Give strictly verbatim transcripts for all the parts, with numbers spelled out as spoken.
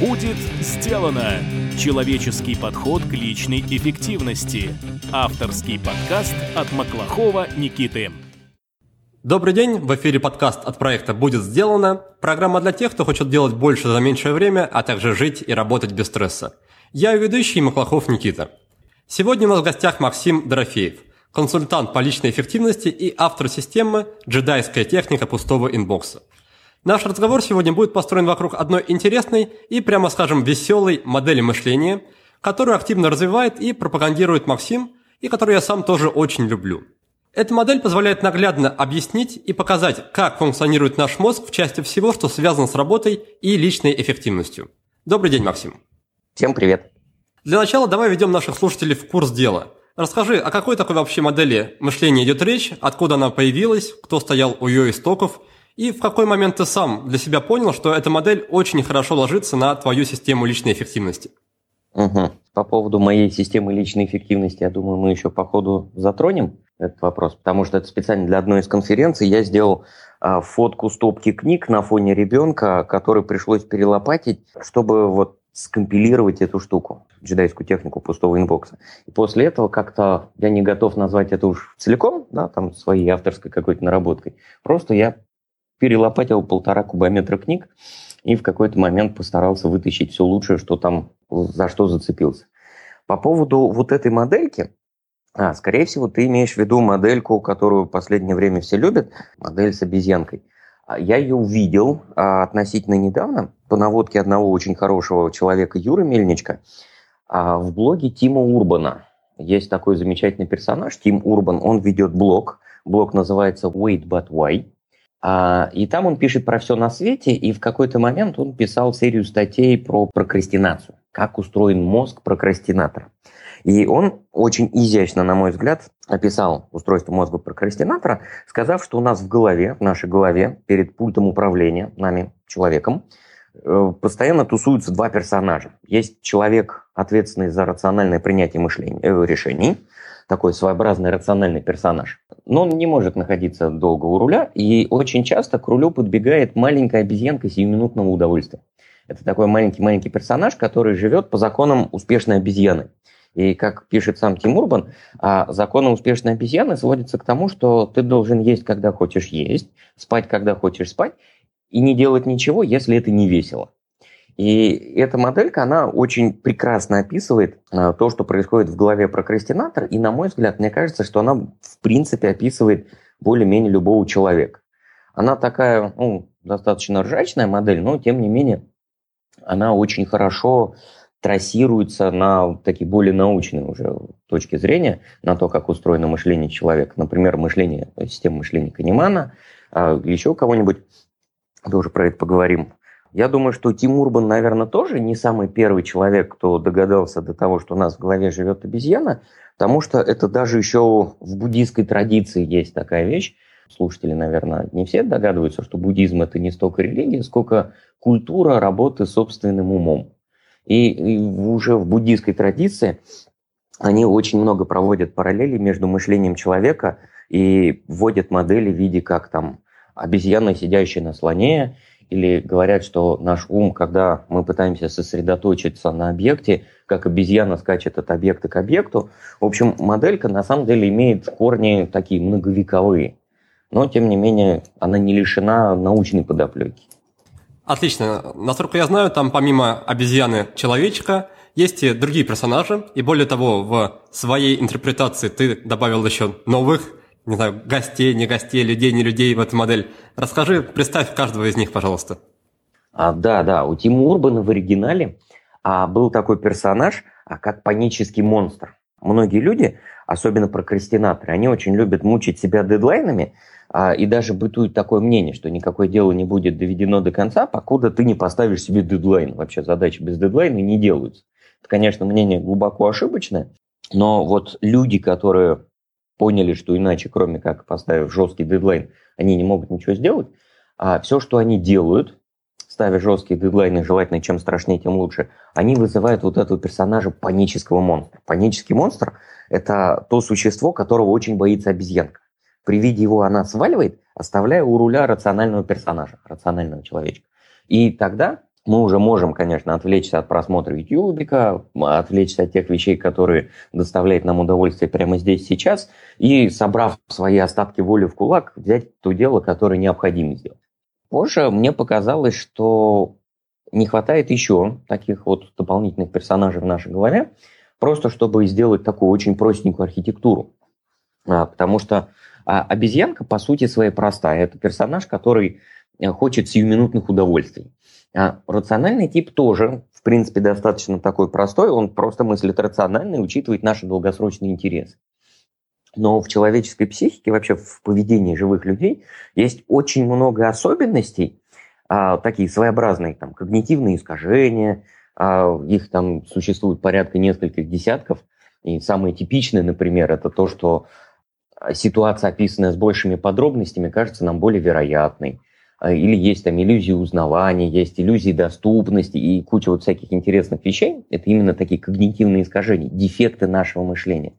Будет сделано! Человеческий подход к личной эффективности. Авторский подкаст от Маклахова Никиты. Добрый день, в эфире подкаст от проекта «Будет сделано». Программа для тех, кто хочет делать больше за меньшее время, а также жить и работать без стресса. Я ведущий Маклахов Никита. Сегодня у нас в гостях Максим Дорофеев, консультант по личной эффективности и автор системы «Джедайская техника пустого инбокса». Наш разговор сегодня будет построен вокруг одной интересной и, прямо скажем, веселой модели мышления, которую активно развивает и пропагандирует Максим, и которую я сам тоже очень люблю. Эта модель позволяет наглядно объяснить и показать, как функционирует наш мозг в части всего, что связано с работой и личной эффективностью. Добрый день, Максим. Всем привет. Для начала давай введем наших слушателей в курс дела. Расскажи, о какой такой вообще модели мышления идет речь, откуда она появилась, кто стоял у ее истоков, и в какой момент ты сам для себя понял, что эта модель очень хорошо ложится на твою систему личной эффективности? Угу. По поводу моей системы личной эффективности, я думаю, мы еще по ходу затронем этот вопрос, потому что это специально для одной из конференций я сделал а, фотку стопки книг на фоне ребенка, который пришлось перелопатить, чтобы вот скомпилировать эту штуку, джедайскую технику пустого инбокса. И после этого как-то я не готов назвать это уж целиком, да, там своей авторской какой-то наработкой. Просто я перелопатил полтора кубометра книг и в какой-то момент постарался вытащить все лучшее, что там, за что зацепился. По поводу вот этой модельки, а, скорее всего, ты имеешь в виду модельку, которую в последнее время все любят, модель с обезьянкой. Я ее увидел а, относительно недавно по наводке одного очень хорошего человека, Юры Мельничка, а, в блоге Тима Урбана. Есть такой замечательный персонаж, Тим Урбан, он ведет блог. Блог называется Wait But Why. А, и там он пишет про все на свете, и в какой-то момент он писал серию статей про прокрастинацию, как устроен мозг прокрастинатора. И он очень изящно, на мой взгляд, описал устройство мозга прокрастинатора, сказав, что у нас в голове, в нашей голове, перед пультом управления нами, человеком, постоянно тусуются два персонажа. Есть человек, ответственный за рациональное принятие мышления, э, решений, такой своеобразный рациональный персонаж. Но он не может находиться долго у руля, и очень часто к рулю подбегает маленькая обезьянка сиюминутного удовольствия. Это такой маленький-маленький персонаж, который живет по законам успешной обезьяны. И, как пишет сам Тим Урбан, законы успешной обезьяны сводятся к тому, что ты должен есть, когда хочешь есть, спать, когда хочешь спать, и не делать ничего, если это не весело. И эта моделька, она очень прекрасно описывает то, что происходит в голове прокрастинатора, и, на мой взгляд, мне кажется, что она, в принципе, описывает более-менее любого человека. Она такая, ну, достаточно ржачная модель, но, тем не менее, она очень хорошо трассируется на такие более научные уже точки зрения, на то, как устроено мышление человека. Например, мышление, система мышления Канемана, еще кого-нибудь, тоже про это поговорим. Я думаю, что Тим Урбан, наверное, тоже не самый первый человек, кто догадался до того, что у нас в голове живет обезьяна, потому что это даже еще в буддийской традиции есть такая вещь. Слушатели, наверное, не все догадываются, что буддизм – это не столько религия, сколько культура работы собственным умом. И, и уже в буддийской традиции они очень много проводят параллели между мышлением человека и вводят модели в виде как там обезьяна, сидящая на слоне, или говорят, что наш ум, когда мы пытаемся сосредоточиться на объекте, как обезьяна скачет от объекта к объекту. В общем, моделька на самом деле имеет корни такие многовековые, но тем не менее она не лишена научной подоплеки. Отлично. Насколько я знаю, там помимо обезьяны-человечка есть и другие персонажи, и более того, в своей интерпретации ты добавил еще новых, не знаю, гостей, не гостей, людей, не людей в эту модель. Расскажи, представь каждого из них, пожалуйста. А, да, да, у Тима Урбана в оригинале а, был такой персонаж, а, как панический монстр. Многие люди, особенно прокрастинаторы, они очень любят мучить себя дедлайнами, а, и даже бытует такое мнение, что никакое дело не будет доведено до конца, покуда ты не поставишь себе дедлайн. Вообще задачи без дедлайна не делаются. Это, конечно, мнение глубоко ошибочное, но вот люди, которые поняли, что иначе, кроме как поставив жесткий дедлайн, они не могут ничего сделать, а все, что они делают, ставя жесткие дедлайны, желательно чем страшнее, тем лучше, они вызывают вот этого персонажа панического монстра. Панический монстр – это то существо, которого очень боится обезьянка. При виде его она сваливает, оставляя у руля рационального персонажа, рационального человечка. И тогда Мы уже можем, конечно, отвлечься от просмотра ютубика, отвлечься от тех вещей, которые доставляют нам удовольствие прямо здесь, сейчас, и, собрав свои остатки воли в кулак, взять то дело, которое необходимо сделать. Позже мне показалось, что не хватает еще таких вот дополнительных персонажей в нашей голове, просто чтобы сделать такую очень простенькую архитектуру. Потому что обезьянка, по сути своей, простая. Это персонаж, который хочет сиюминутных удовольствий. А рациональный тип тоже, в принципе, достаточно такой простой, он просто мыслит рационально и учитывает наши долгосрочные интересы. Но в человеческой психике, вообще в поведении живых людей, есть очень много особенностей, а, такие своеобразные, там, когнитивные искажения, а, их там существует порядка нескольких десятков, и самые типичные, например, это то, что ситуация, описанная с большими подробностями, кажется нам более вероятной. Или есть там иллюзии узнавания, есть иллюзии доступности и куча вот всяких интересных вещей. Это именно такие когнитивные искажения, дефекты нашего мышления.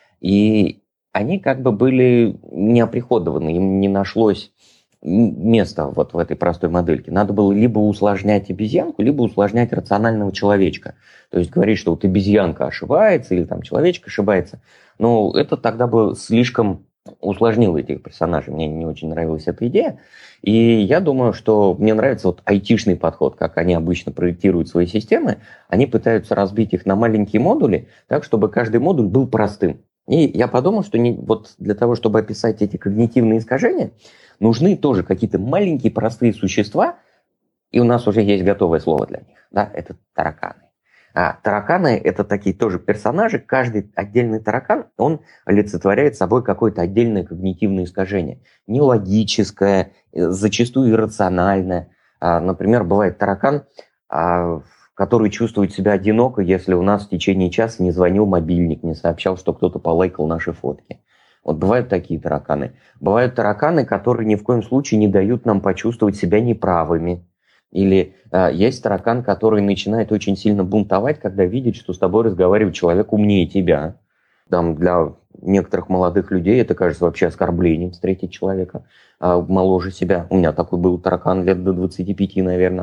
И они как бы были не оприходованы, им не нашлось места вот в этой простой модельке. Надо было либо усложнять обезьянку, либо усложнять рационального человечка. То есть говорить, что вот обезьянка ошибается или там человечек ошибается. Но это тогда бы слишком усложнило этих персонажей. Мне не очень нравилась эта идея. И я думаю, что мне нравится вот айтишный подход, как они обычно проектируют свои системы. Они пытаются разбить их на маленькие модули, так, чтобы каждый модуль был простым. И я подумал, что не, вот для того, чтобы описать эти когнитивные искажения, нужны тоже какие-то маленькие простые существа, и у нас уже есть готовое слово для них. Да, это тараканы. А тараканы – это такие тоже персонажи. Каждый отдельный таракан, он олицетворяет собой какое-то отдельное когнитивное искажение. Нелогическое, зачастую иррациональное. А, например, бывает таракан, а, который чувствует себя одиноко, если у нас в течение часа не звонил мобильник, не сообщал, что кто-то полайкал наши фотки. Вот бывают такие тараканы. Бывают тараканы, которые ни в коем случае не дают нам почувствовать себя неправыми. Или э, есть таракан, который начинает очень сильно бунтовать, когда видит, что с тобой разговаривает человек умнее тебя. Там для некоторых молодых людей это кажется вообще оскорблением встретить человека э, моложе себя. У меня такой был таракан лет до двадцати пяти, наверное.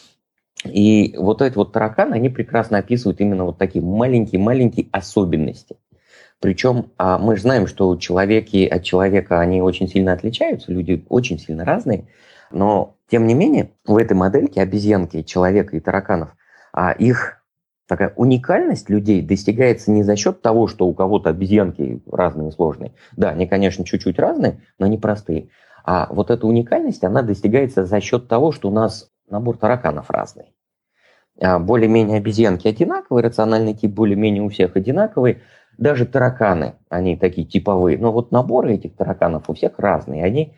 И вот эти вот тараканы, они прекрасно описывают именно вот такие маленькие-маленькие особенности. Причем а мы же знаем, что человеки от человека, они очень сильно отличаются, люди очень сильно разные. Но, тем не менее, в этой модельке обезьянки, человека и тараканов, а их такая уникальность людей достигается не за счет того, что у кого-то обезьянки разные и сложные. Да, они, конечно, чуть-чуть разные, но они простые. А вот эта уникальность, она достигается за счет того, что у нас набор тараканов разный. Более-менее обезьянки одинаковые, рациональный тип более-менее у всех одинаковый. Даже тараканы, они такие типовые. Но вот наборы этих тараканов у всех разные. Они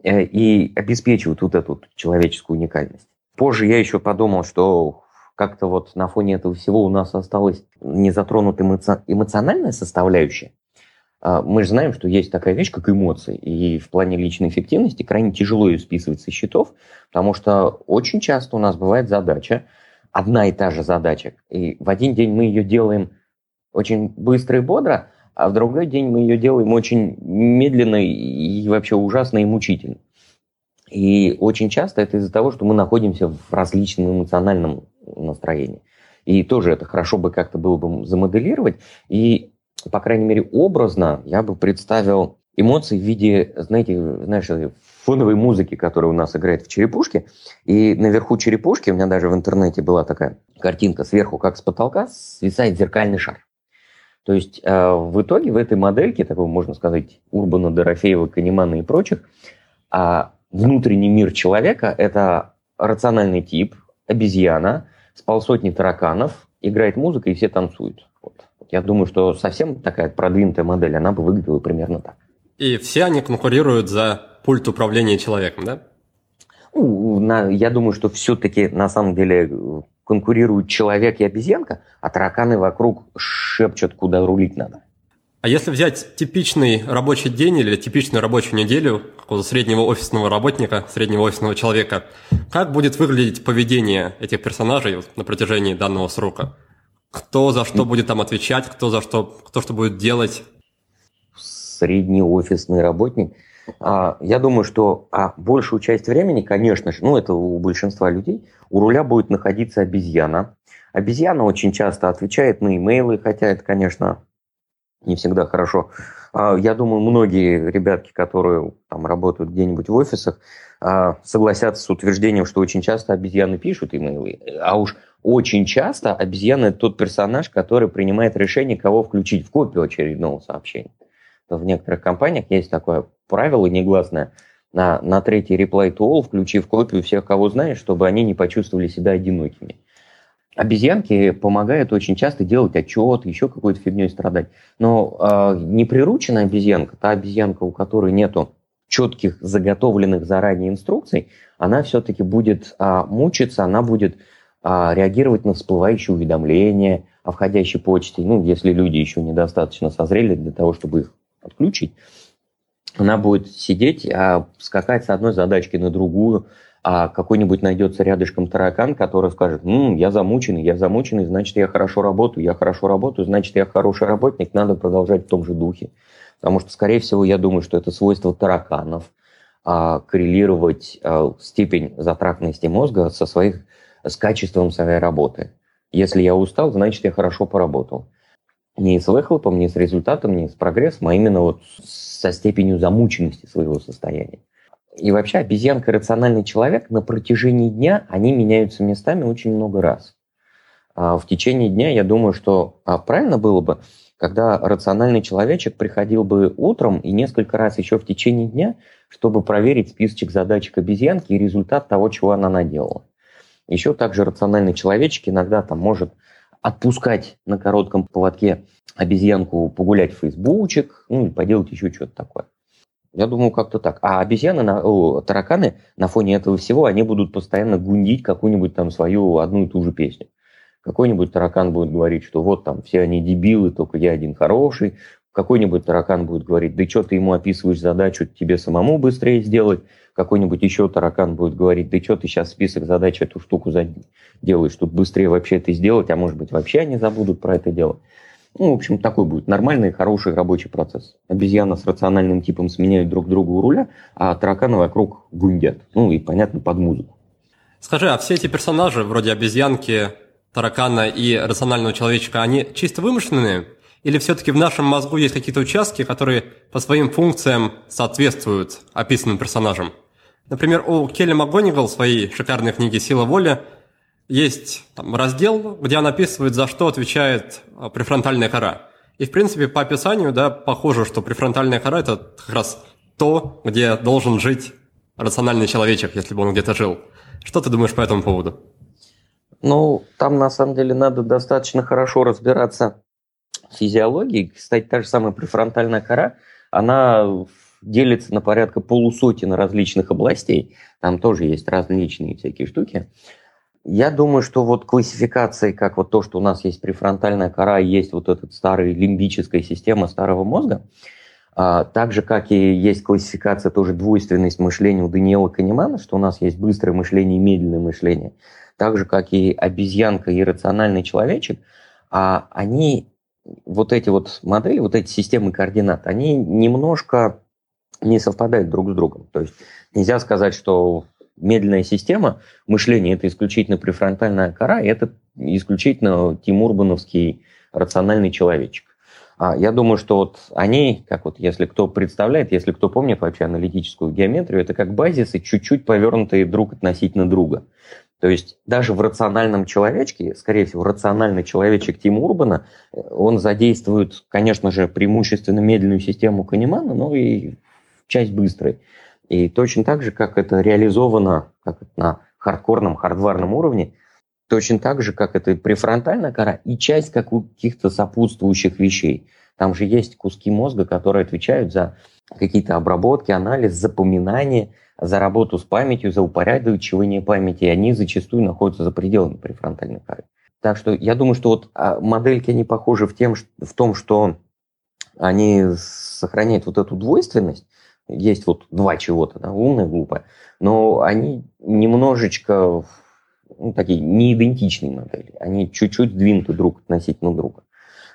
и обеспечивают вот эту человеческую уникальность. Позже я еще подумал, что как-то вот на фоне этого всего у нас осталась не затронута эмоци... эмоциональная составляющая. Мы же знаем, что есть такая вещь, как эмоции. И в плане личной эффективности крайне тяжело ее списывать со счетов, потому что очень часто у нас бывает задача, одна и та же задача. И в один день мы ее делаем очень быстро и бодро, а в другой день мы ее делаем очень медленно и вообще ужасно и мучительно. И очень часто это из-за того, что мы находимся в различном эмоциональном настроении. И тоже это хорошо бы как-то было бы замоделировать. И, по крайней мере, образно я бы представил эмоции в виде, знаете, знаешь, фоновой музыки, которая у нас играет в черепушке. И наверху черепушки, у меня даже в интернете была такая картинка, сверху, как с потолка, свисает зеркальный шар. То есть э, в итоге в этой модельке, такого, можно сказать, Урбана, Дорофеева, Канемана и прочих, э, внутренний мир человека – это рациональный тип, обезьяна, с полсотни тараканов, играет музыка и все танцуют. Вот. Я думаю, что совсем такая продвинутая модель, она бы выглядела примерно так. И все они конкурируют за пульт управления человеком, да? Ну, на, я думаю, что все-таки на самом деле конкурируют человек и обезьянка, а тараканы вокруг шепчут, куда рулить надо. А если взять типичный рабочий день или типичную рабочую неделю какого-то среднего офисного работника, среднего офисного человека, как будет выглядеть поведение этих персонажей вот на протяжении данного срока? Кто за что будет там отвечать, кто за что, кто что будет делать? Средний офисный работник. Я думаю, что а, большую часть времени, конечно же, ну это у большинства людей, у руля будет находиться обезьяна. Обезьяна очень часто отвечает на имейлы, хотя это, конечно, не всегда хорошо. Я думаю, многие ребятки, которые там работают где-нибудь в офисах, согласятся с утверждением, что очень часто обезьяны пишут имейлы. А уж очень часто обезьяна – это тот персонаж, который принимает решение, кого включить в копию очередного сообщения. В некоторых компаниях есть такое правило негласное: на, на третий reply to all включи в копию всех, кого знаешь, чтобы они не почувствовали себя одинокими. Обезьянки помогают очень часто делать отчет, еще какой-то фигней страдать. Но э, неприрученная обезьянка, та обезьянка, у которой нету четких заготовленных заранее инструкций, она все-таки будет э, мучиться, она будет э, реагировать на всплывающие уведомления о входящей почте. Ну, если люди еще недостаточно созрели для того, чтобы их отключить, она будет сидеть, э, скакать с одной задачки на другую. А какой-нибудь найдется рядышком таракан, который скажет: «М, я замученный, я замученный, значит, я хорошо работаю, я хорошо работаю, значит, я хороший работник, надо продолжать в том же духе». Потому что, скорее всего, я думаю, что это свойство тараканов а, коррелировать а, степень затратности мозга со своих, с качеством своей работы. Если я устал, значит, я хорошо поработал. Не с выхлопом, не с результатом, не с прогрессом, а именно вот со степенью замученности своего состояния. И вообще обезьянка и рациональный человек на протяжении дня, они меняются местами очень много раз. В течение дня, я думаю, что правильно было бы, когда рациональный человечек приходил бы утром и несколько раз еще в течение дня, чтобы проверить списочек задачек обезьянки и результат того, чего она наделала. Еще также рациональный человечек иногда там может отпускать на коротком поводке обезьянку погулять в фейсбучек, ну и поделать еще что-то такое. Я думаю, как-то так. А обезьяны, на, о, тараканы на фоне этого всего, они будут постоянно гундить какую-нибудь там свою одну и ту же песню. Какой-нибудь таракан будет говорить, что вот там все они дебилы, только я один хороший. Какой-нибудь таракан будет говорить: да что ты ему описываешь задачу, тебе самому быстрее сделать. Какой-нибудь еще таракан будет говорить: да что ты сейчас список задач, эту штуку делаешь, тут быстрее вообще это сделать, а может быть вообще они забудут про это дело. Ну, в общем, такой будет нормальный, хороший рабочий процесс. Обезьяна с рациональным типом сменяют друг друга у руля, а тараканы вокруг гундят. Ну, и, понятно, под музыку. Скажи, а все эти персонажи, вроде обезьянки, таракана и рационального человечка, они чисто вымышленные? Или все-таки в нашем мозгу есть какие-то участки, которые по своим функциям соответствуют описанным персонажам? Например, у Келли МакГонигал в своей шикарной книге «Сила воли» есть там раздел, где она описывает, за что отвечает префронтальная кора. И, в принципе, по описанию, да, похоже, что префронтальная кора – это как раз то, где должен жить рациональный человечек, если бы он где-то жил. Что ты думаешь по этому поводу? Ну, там, на самом деле, надо достаточно хорошо разбираться в физиологии. Кстати, та же самая префронтальная кора, она делится на порядка полусотен различных областей. Там тоже есть различные всякие штуки. Я думаю, что вот классификации, как вот то, что у нас есть префронтальная кора, есть вот эта старая лимбическая система старого мозга, а, так же, как и есть классификация тоже двойственность мышления у Даниэла Канемана, что у нас есть быстрое мышление и медленное мышление, так же, как и обезьянка и рациональный человечек, а они, вот эти вот модели, вот эти системы координат, они немножко не совпадают друг с другом. То есть нельзя сказать, что медленная система мышления – это исключительно префронтальная кора, и это исключительно Тим Урбановский рациональный человечек. А я думаю, что вот они, как вот если кто представляет, если кто помнит вообще аналитическую геометрию, это как базисы, чуть-чуть повернутые друг относительно друга. То есть даже в рациональном человечке, скорее всего, рациональный человечек Тима Урбана, он задействует, конечно же, преимущественно медленную систему Канемана, но и часть быстрой. И точно так же, как это реализовано как это на хардкорном, хардварном уровне, точно так же, как это префронтальная кора и часть каких-то сопутствующих вещей. Там же есть куски мозга, которые отвечают за какие-то обработки, анализ, запоминание, за работу с памятью, за упорядочивание памяти, и они зачастую находятся за пределами префронтальной коры. Так что я думаю, что вот модельки, они похожи в, тем, в том, что они сохраняют вот эту двойственность. Есть вот два чего-то, да, умное, глупое, но они немножечко, ну, такие неидентичные модели. Они чуть-чуть сдвинуты друг относительно друга.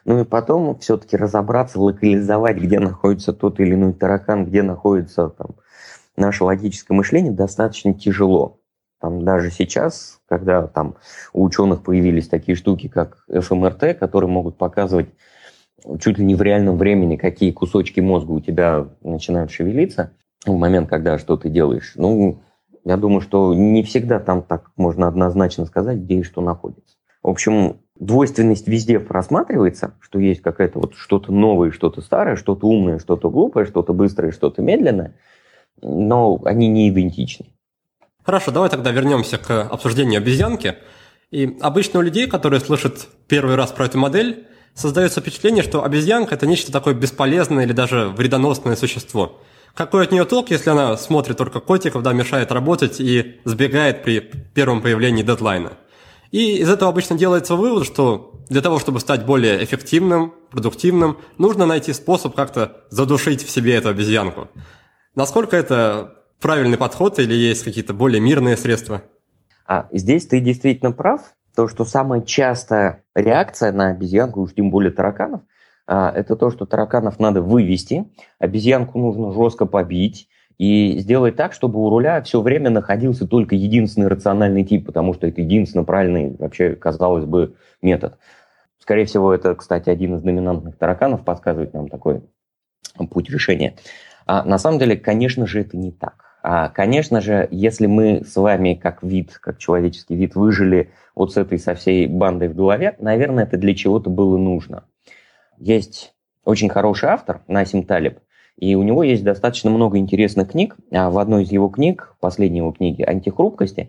Ну и потом все-таки разобраться, локализовать, где находится тот или иной таракан, где находится там, наше логическое мышление, достаточно тяжело. Там, даже сейчас, когда там, у ученых появились такие штуки, как эф эм эр тэ, которые могут показывать чуть ли не в реальном времени, какие кусочки мозга у тебя начинают шевелиться в момент, когда что ты делаешь. Ну, я думаю, что не всегда там так можно однозначно сказать, где и что находится. В общем, двойственность везде просматривается, что есть какая-то вот что-то новое, что-то старое, что-то умное, что-то глупое, что-то быстрое, что-то медленное, но они не идентичны. Хорошо, давай тогда вернемся к обсуждению обезьянки. И обычно у людей, которые слышат первый раз про эту модель, создается впечатление, что обезьянка – это нечто такое бесполезное или даже вредоносное существо. Какой от нее толк, если она смотрит только котиков, да, мешает работать и сбегает при первом появлении дедлайна? И из этого обычно делается вывод, что для того, чтобы стать более эффективным, продуктивным, нужно найти способ как-то задушить в себе эту обезьянку. Насколько это правильный подход или есть какие-то более мирные средства? А здесь ты действительно прав. То, что самая частая реакция на обезьянку, уж тем более тараканов, это то, что тараканов надо вывести, обезьянку нужно жестко побить и сделать так, чтобы у руля все время находился только единственный рациональный тип, потому что это единственно правильный, вообще, казалось бы, метод. Скорее всего, это, кстати, один из доминантных тараканов подсказывает нам такой путь решения. А на самом деле, конечно же, это не так. А, конечно же, если мы с вами как вид, как человеческий вид выжили вот с этой со всей бандой в голове, наверное, это для чего-то было нужно. Есть очень хороший автор, Насим Талеб, и у него есть достаточно много интересных книг. В одной из его книг, последней его книги «Антихрупкости»,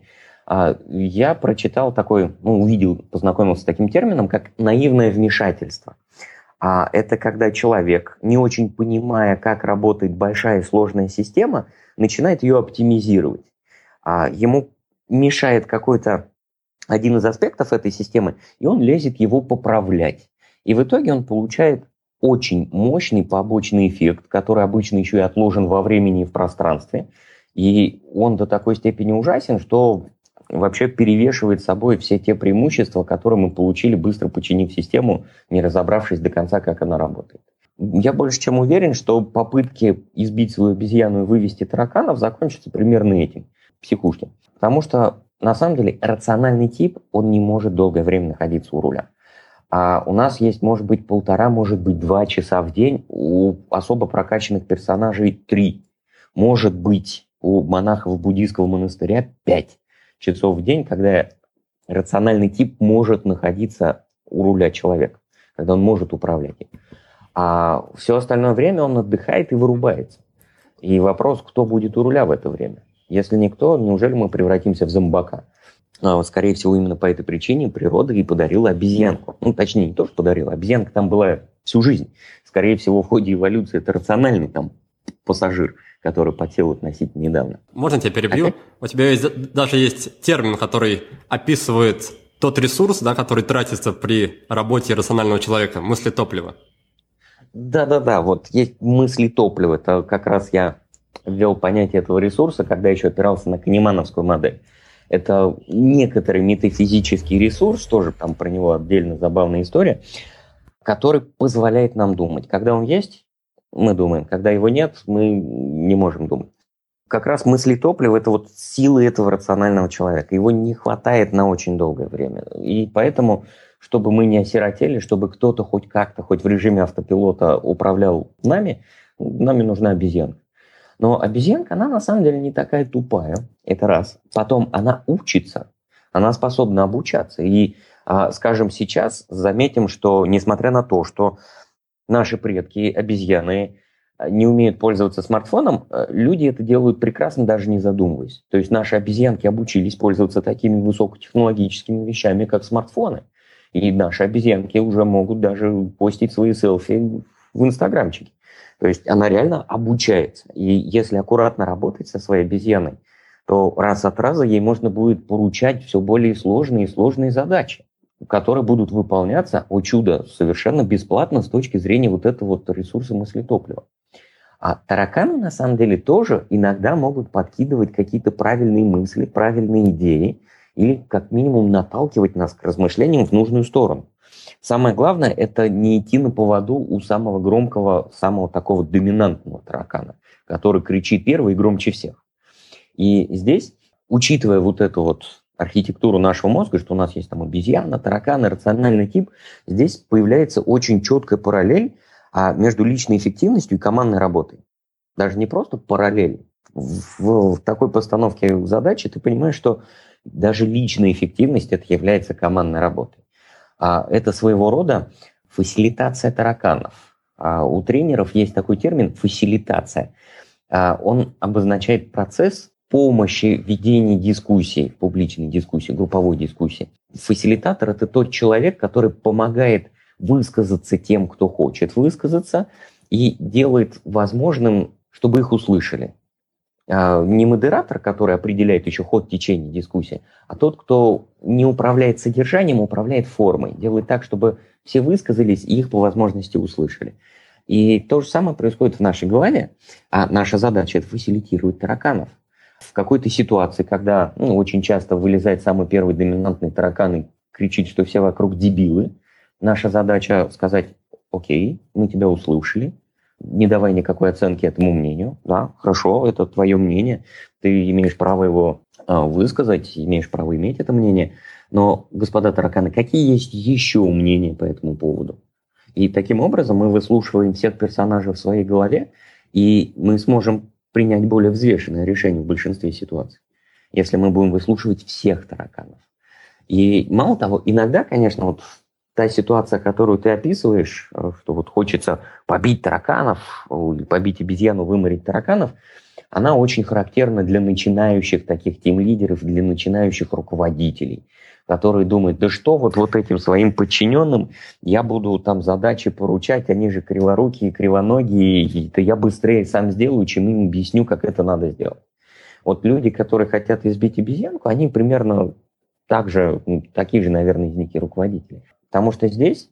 я прочитал такой, ну, увидел, познакомился с таким термином, как наивное вмешательство. Это когда человек, не очень понимая, как работает большая и сложная система, начинает ее оптимизировать. Ему мешает какой-то один из аспектов этой системы, и он лезет его поправлять. И в итоге он получает очень мощный побочный эффект, который обычно еще и отложен во времени и в пространстве. И он до такой степени ужасен, что вообще перевешивает собой все те преимущества, которые мы получили, быстро починив систему, не разобравшись до конца, как она работает. Я больше чем уверен, что попытки избить свою обезьяну и вывести тараканов закончатся примерно этим, психушки. Потому что, на самом деле, рациональный тип, он не может долгое время находиться у руля. А у нас есть, может быть, полтора, может быть, два часа в день, у особо прокачанных персонажей три. Может быть, у монахов буддийского монастыря пять часов в день, когда рациональный тип может находиться у руля человека, когда он может управлять им. А все остальное время он отдыхает и вырубается. И вопрос, кто будет у руля в это время? Если никто, неужели мы превратимся в зомбака? Скорее всего, именно по этой причине природа и подарила обезьянку. Ну, точнее, не то, что подарила. Обезьянка там была всю жизнь. Скорее всего, в ходе эволюции это рациональный там пассажир, который подсел относительно недавно. Можно тебя перебью? Okay. У тебя есть, даже есть термин, который описывает тот ресурс, да, который тратится при работе рационального человека, мысли топлива. Да-да-да, вот есть мысли топлива. Это как раз я ввел понятие этого ресурса, когда еще опирался на канемановскую модель. Это некоторый метафизический ресурс, тоже там про него отдельно забавная история, который позволяет нам думать. Когда он есть, мы думаем. Когда его нет, мы не можем думать. Как раз мысли топлива – это вот силы этого рационального человека. Его не хватает на очень долгое время. И поэтому, чтобы мы не осиротели, чтобы кто-то хоть как-то, хоть в режиме автопилота управлял нами, нам нужна обезьянка. Но обезьянка, она на самом деле не такая тупая, это раз. Потом она учится, она способна обучаться. И, скажем, сейчас заметим, что несмотря на то, что наши предки, обезьяны, не умеют пользоваться смартфоном, люди это делают прекрасно, даже не задумываясь. То есть наши обезьянки обучились пользоваться такими высокотехнологическими вещами, как смартфоны. И наши обезьянки уже могут даже постить свои селфи в инстаграмчике. То есть она реально обучается. И если аккуратно работать со своей обезьяной, то раз от раза ей можно будет поручать все более сложные и сложные задачи, которые будут выполняться, о чудо, совершенно бесплатно с точки зрения вот этого вот ресурса мыслетоплива. А тараканы, на самом деле, тоже иногда могут подкидывать какие-то правильные мысли, правильные идеи или, как минимум, наталкивать нас к размышлениям в нужную сторону. Самое главное – это не идти на поводу у самого громкого, самого такого доминантного таракана, который кричит первый и громче всех. И здесь, учитывая вот эту вот архитектуру нашего мозга, что у нас есть там обезьяна, таракан, рациональный тип, здесь появляется очень четкая параллель а, между личной эффективностью и командной работой. Даже не просто параллель. В, в такой постановке задачи ты понимаешь, что даже личная эффективность это является командной работой. А, это своего рода фасилитация тараканов. А, у тренеров есть такой термин фасилитация. А, он обозначает процесс помощи в ведении дискуссий, публичной дискуссии, групповой дискуссии. Фасилитатор – это тот человек, который помогает высказаться тем, кто хочет высказаться, и делает возможным, чтобы их услышали. Не модератор, который определяет еще ход течения дискуссии, а тот, кто не управляет содержанием, управляет формой, делает так, чтобы все высказались и их по возможности услышали. И то же самое происходит в нашей голове, а наша задача – это фасилитировать тараканов. В какой-то ситуации, когда ну, очень часто вылезает самый первый доминантный таракан и кричит, что все вокруг дебилы, наша задача сказать: окей, мы тебя услышали, не давай никакой оценки этому мнению. Да, хорошо, это твое мнение, ты имеешь право его э, высказать, имеешь право иметь это мнение, но, господа тараканы, какие есть еще мнения по этому поводу? И таким образом мы выслушиваем всех персонажей в своей голове, и мы сможем принять более взвешенное решение в большинстве ситуаций, если мы будем выслушивать всех тараканов. И мало того, иногда, конечно, вот та ситуация, которую ты описываешь, что вот хочется побить тараканов, или побить обезьяну, выморить тараканов, она очень характерна для начинающих таких тим-лидеров, для начинающих руководителей, которые думают: да что вот, вот этим своим подчиненным я буду там задачи поручать, они же криворукие, кривоногие, и это я быстрее сам сделаю, чем им объясню, как это надо сделать. Вот люди, которые хотят избить обезьянку, они примерно так же, ну, такие же, наверное, из них и руководители. Потому что здесь,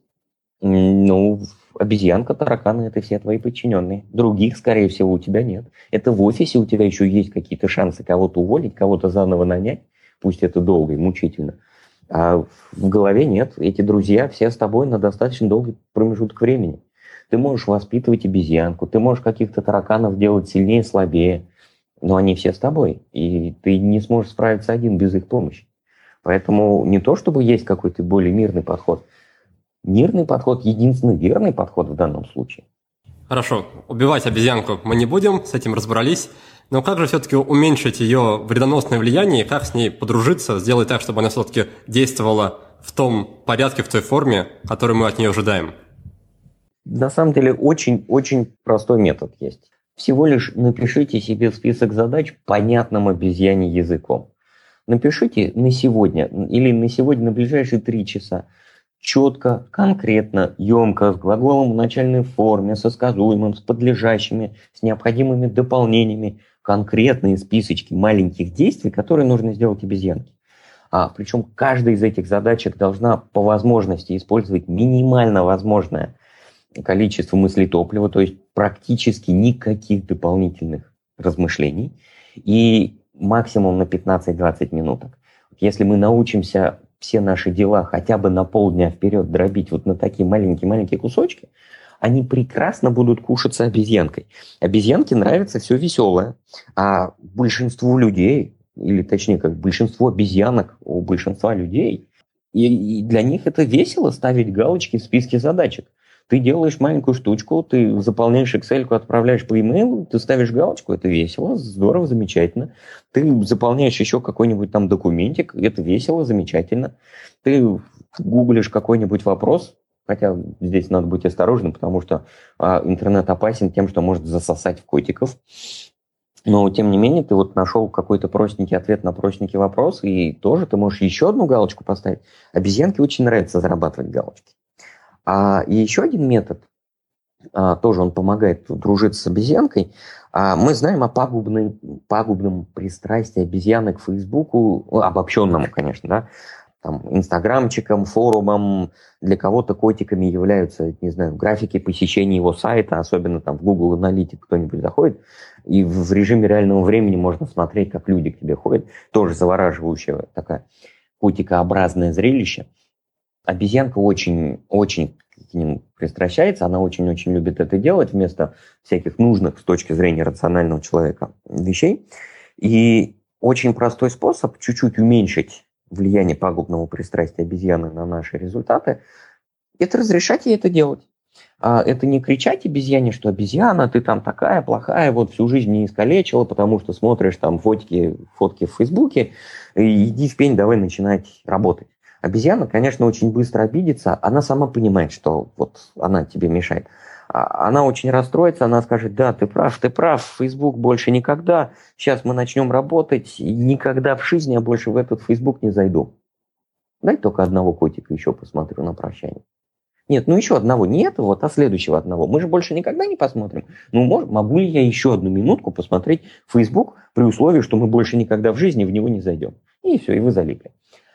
ну, обезьянка, тараканы – это все твои подчиненные. Других, скорее всего, у тебя нет. Это в офисе у тебя еще есть какие-то шансы кого-то уволить, кого-то заново нанять, пусть это долго и мучительно. А в голове нет. Эти друзья все с тобой на достаточно долгий промежуток времени. Ты можешь воспитывать обезьянку, ты можешь каких-то тараканов делать сильнее, слабее, но они все с тобой, и ты не сможешь справиться один без их помощи. Поэтому не то, чтобы есть какой-то более мирный подход. Мирный подход – единственный верный подход в данном случае. Хорошо, убивать обезьянку мы не будем, с этим разобрались. Но как же все-таки уменьшить ее вредоносное влияние, как с ней подружиться, сделать так, чтобы она все-таки действовала в том порядке, в той форме, которую мы от нее ожидаем? На самом деле очень-очень простой метод есть. Всего лишь напишите себе список задач понятным обезьяне языком. Напишите на сегодня или на сегодня на ближайшие три часа. Четко, конкретно, емко, с глаголом в начальной форме, со сказуемым, с подлежащими, с необходимыми дополнениями, конкретные списочки маленьких действий, которые нужно сделать обезьянке. А, причем каждая из этих задачек должна по возможности использовать минимально возможное количество мыслетоплива, то есть практически никаких дополнительных размышлений, и максимум на пятнадцать-двадцать минуток. Если мы научимся все наши дела хотя бы на полдня вперед дробить вот на такие маленькие-маленькие кусочки, они прекрасно будут кушаться обезьянкой. Обезьянке нравится все веселое, а большинству людей, или точнее как большинство обезьянок у большинства людей, и, и для них это весело ставить галочки в списке задачек. Ты делаешь маленькую штучку, ты заполняешь Excel-ку, отправляешь по e-mail, ты ставишь галочку, это весело, здорово, замечательно. Ты заполняешь еще какой-нибудь там документик, это весело, замечательно. Ты гуглишь какой-нибудь вопрос, хотя здесь надо быть осторожным, потому что а, интернет опасен тем, что может засосать в котиков. Но, тем не менее, ты вот нашел какой-то простенький ответ на простенький вопрос, и тоже ты можешь еще одну галочку поставить. Обезьянке очень нравится зарабатывать галочки. А, и еще один метод, а, тоже он помогает дружиться с обезьянкой. А, мы знаем о пагубной, пагубном пристрастии обезьянок к Фейсбуку, ну, обобщенному, конечно, да, там, инстаграмчикам, форумам, для кого-то котиками являются, не знаю, графики посещения его сайта, особенно там в Google Analytics кто-нибудь заходит, и в режиме реального времени можно смотреть, как люди к тебе ходят, тоже завораживающее такое котикообразное зрелище. Обезьянка очень, очень к ним пристращается, она очень-очень любит это делать вместо всяких нужных с точки зрения рационального человека вещей. И очень простой способ чуть-чуть уменьшить влияние пагубного пристрастия обезьяны на наши результаты – это разрешать ей это делать. А это не кричать обезьяне, что обезьяна, ты там такая плохая, вот всю жизнь не искалечила, потому что смотришь там фотки, фотки в Фейсбуке, и иди в пень, давай начинать работать. Обезьяна, конечно, очень быстро обидится, она сама понимает, что вот она тебе мешает. Она очень расстроится, она скажет: да, ты прав, ты прав, Facebook больше никогда, сейчас мы начнем работать, и никогда в жизни я больше в этот Facebook не зайду. Дай только одного котика еще посмотрю на прощание. Нет, ну еще одного, не этого, вот, а следующего одного. Мы же больше никогда не посмотрим. Ну, может, могу ли я еще одну минутку посмотреть Facebook при условии, что мы больше никогда в жизни в него не зайдем? И все, и вы залипли.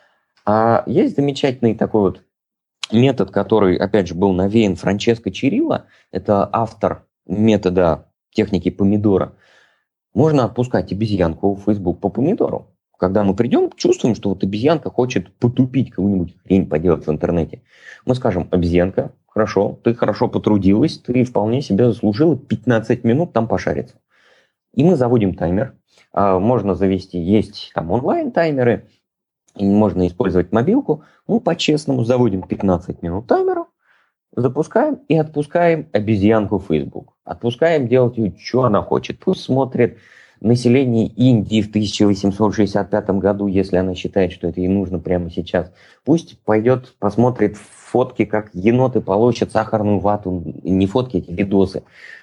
А есть замечательный такой вот метод, который, опять же, был навеян Франческо Чирило. Это автор метода техники помидора. Можно отпускать обезьянку в Facebook по помидору. Когда мы придем, чувствуем, что вот обезьянка хочет потупить, какую-нибудь хрень поделать в интернете. Мы скажем: обезьянка, хорошо, ты хорошо потрудилась, ты вполне себе заслужила пятнадцать минут там пошариться. И мы заводим таймер. Можно завести, есть там онлайн-таймеры, можно использовать мобилку. Мы по-честному заводим пятнадцать минут таймера, запускаем и отпускаем обезьянку в Facebook. Отпускаем делать ее, что она хочет. Пусть смотрит население Индии в тысяча восемьсот шестьдесят пятом году, если она считает, что это ей нужно прямо сейчас. Пусть пойдет, посмотрит фотки, как еноты полощут сахарную вату. Не фотки, эти видосы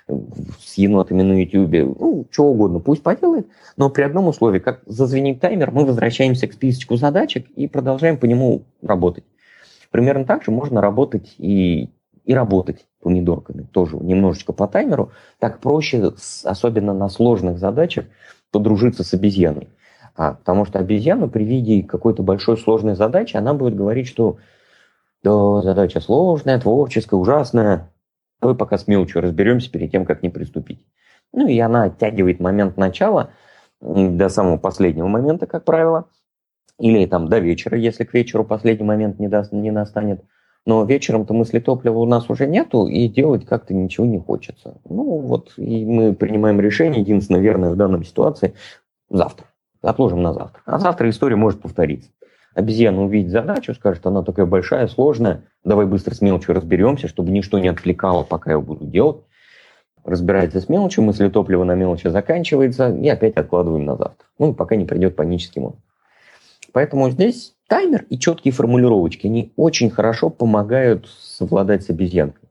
с енотами на Ютьюбе. Ну, что угодно, пусть поделает. Но при одном условии: как зазвенит таймер, мы возвращаемся к списочку задачек и продолжаем по нему работать. Примерно так же можно работать и, и работать помидорками. Тоже немножечко по таймеру. Так проще, особенно на сложных задачах, подружиться с обезьяной. А, потому что обезьяна при виде какой-то большой сложной задачи, она будет говорить, что да, задача сложная, творческая, ужасная. Давай пока с мелочью разберемся перед тем, как не приступить. Ну и она оттягивает момент начала до самого последнего момента, как правило. Или там до вечера, если к вечеру последний момент не, даст, не настанет. Но вечером-то мысли топлива у нас уже нету, и делать как-то ничего не хочется. Ну вот, и мы принимаем решение, единственное верное в данной ситуации: завтра. Отложим на завтра. А завтра история может повториться. Обезьяна увидит задачу, скажет: она такая большая, сложная, давай быстро с мелочью разберемся, чтобы ничто не отвлекало, пока я буду делать. Разбирается с мелочью, мысли топлива на мелочи заканчивается, и опять откладываем на завтра. Ну, пока не придет панический мод. Поэтому здесь таймер и четкие формулировочки, они очень хорошо помогают совладать с обезьянкой.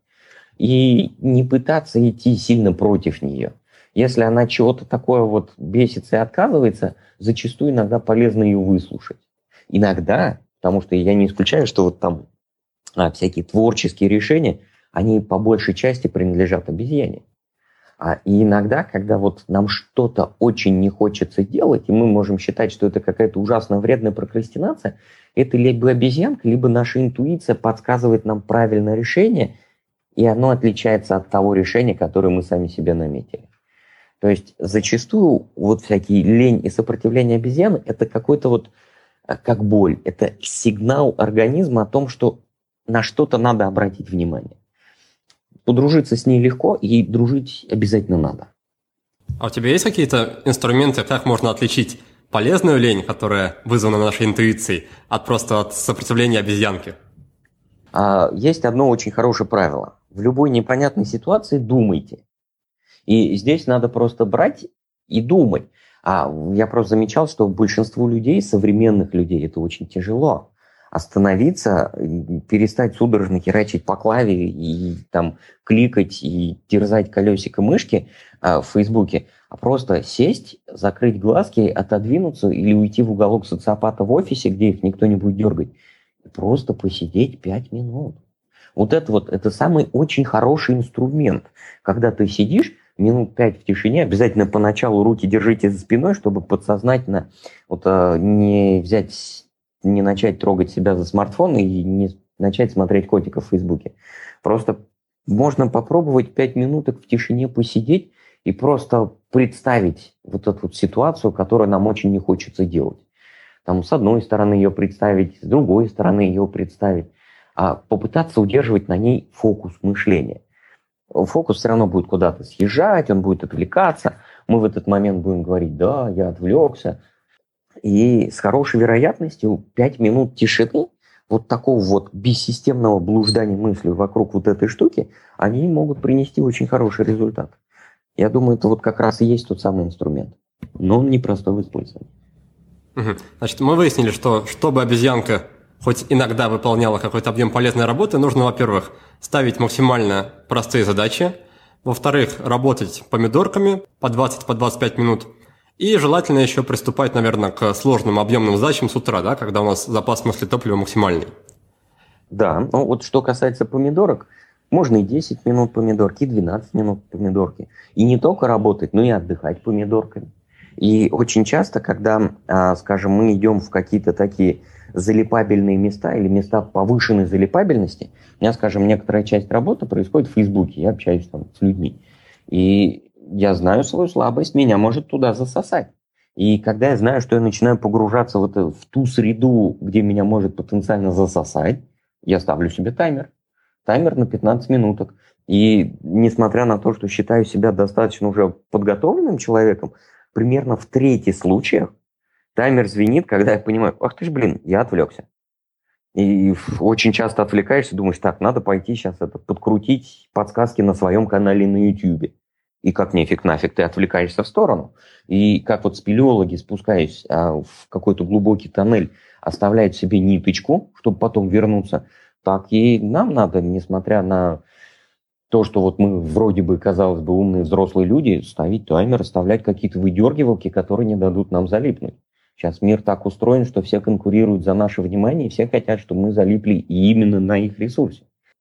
И не пытаться идти сильно против нее. Если она чего-то такое вот бесится и отказывается, зачастую иногда полезно ее выслушать. Иногда, потому что я не исключаю, что вот там а, всякие творческие решения, они по большей части принадлежат обезьяне. А, и иногда, когда вот нам что-то очень не хочется делать, и мы можем считать, что это какая-то ужасно вредная прокрастинация, это либо обезьянка, либо наша интуиция подсказывает нам правильное решение, и оно отличается от того решения, которое мы сами себе наметили. То есть зачастую вот всякие лень и сопротивление обезьяны – это какой-то вот как боль, это сигнал организма о том, что на что-то надо обратить внимание. Подружиться с ней легко, и дружить обязательно надо. А у тебя есть какие-то инструменты, как можно отличить полезную лень, которая вызвана нашей интуицией, от просто от сопротивления обезьянки? А, есть одно очень хорошее правило. В любой непонятной ситуации думайте. И здесь надо просто брать и думать. А я просто замечал, что большинству людей, современных людей, это очень тяжело. Остановиться, перестать судорожно херачить по клаве и там кликать и терзать колесико мышки а, в Фейсбуке, а просто сесть, закрыть глазки, отодвинуться или уйти в уголок социопата в офисе, где их никто не будет дергать, и просто посидеть пять минут. Вот это вот, это самый очень хороший инструмент, когда ты сидишь минут пять в тишине, обязательно поначалу руки держите за спиной, чтобы подсознательно вот, а, не взять... не начать трогать себя за смартфон и не начать смотреть котиков в Фейсбуке. Просто можно попробовать пять минуток в тишине посидеть и просто представить вот эту вот ситуацию, которую нам очень не хочется делать. Там с одной стороны ее представить, с другой стороны ее представить. а попытаться удерживать на ней фокус мышления. Фокус все равно будет куда-то съезжать, он будет отвлекаться. Мы в этот момент будем говорить: да, я отвлекся. И с хорошей вероятностью пять минут тишины, вот такого вот бессистемного блуждания мыслью вокруг вот этой штуки, они могут принести очень хороший результат. Я думаю, это вот как раз и есть тот самый инструмент. Но он непростой в использовании. Угу. Значит, мы выяснили, что чтобы обезьянка хоть иногда выполняла какой-то объем полезной работы, нужно, во-первых, ставить максимально простые задачи, во-вторых, работать помидорками по двадцать двадцать пять минут, и желательно еще приступать, наверное, к сложным объемным задачам с утра, да, когда у нас запас топлива максимальный. Да, ну вот что касается помидорок, можно и десять минут помидорки, и двенадцать минут помидорки. И не только работать, но и отдыхать помидорками. И очень часто, когда, скажем, мы идем в какие-то такие залипабельные места или места повышенной залипабельности, у меня, скажем, некоторая часть работы происходит в Фейсбуке, я общаюсь там с людьми. И я знаю свою слабость, меня может туда засосать. И когда я знаю, что я начинаю погружаться в, это, в ту среду, где меня может потенциально засосать, я ставлю себе таймер. Таймер на пятнадцать минуток. И несмотря на то, что считаю себя достаточно уже подготовленным человеком, примерно в трети случаев таймер звенит, когда я понимаю: ах ты ж, блин, я отвлекся. И очень часто отвлекаешься, думаешь: так, надо пойти сейчас это, подкрутить подсказки на своем канале на YouTube. И как нифиг нафиг ты отвлекаешься в сторону. И как вот спелеологи, спускаясь а, в какой-то глубокий тоннель, оставляют себе ниточку, чтобы потом вернуться, так и нам надо, несмотря на то, что вот мы вроде бы, казалось бы, умные взрослые люди, ставить таймер, оставлять какие-то выдергивалки, которые не дадут нам залипнуть. Сейчас мир так устроен, что все конкурируют за наше внимание, и все хотят, чтобы мы залипли именно на их ресурсе.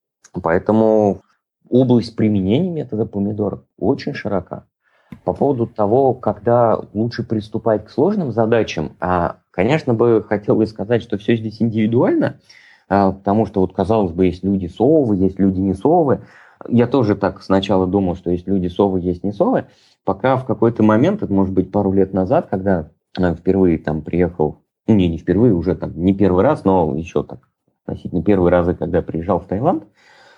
Поэтому область применения метода помидоров очень широка. По поводу того, когда лучше приступать к сложным задачам, конечно, бы хотелось сказать, что все здесь индивидуально, потому что, вот, казалось бы, есть люди совы, есть люди не совы. Я тоже так сначала думал, что есть люди совы, есть не совы, пока в какой-то момент, это может быть пару лет назад, когда впервые там приехал, ну не, не впервые, уже там не первый раз, но еще так относительно первые разы, когда приезжал в Таиланд,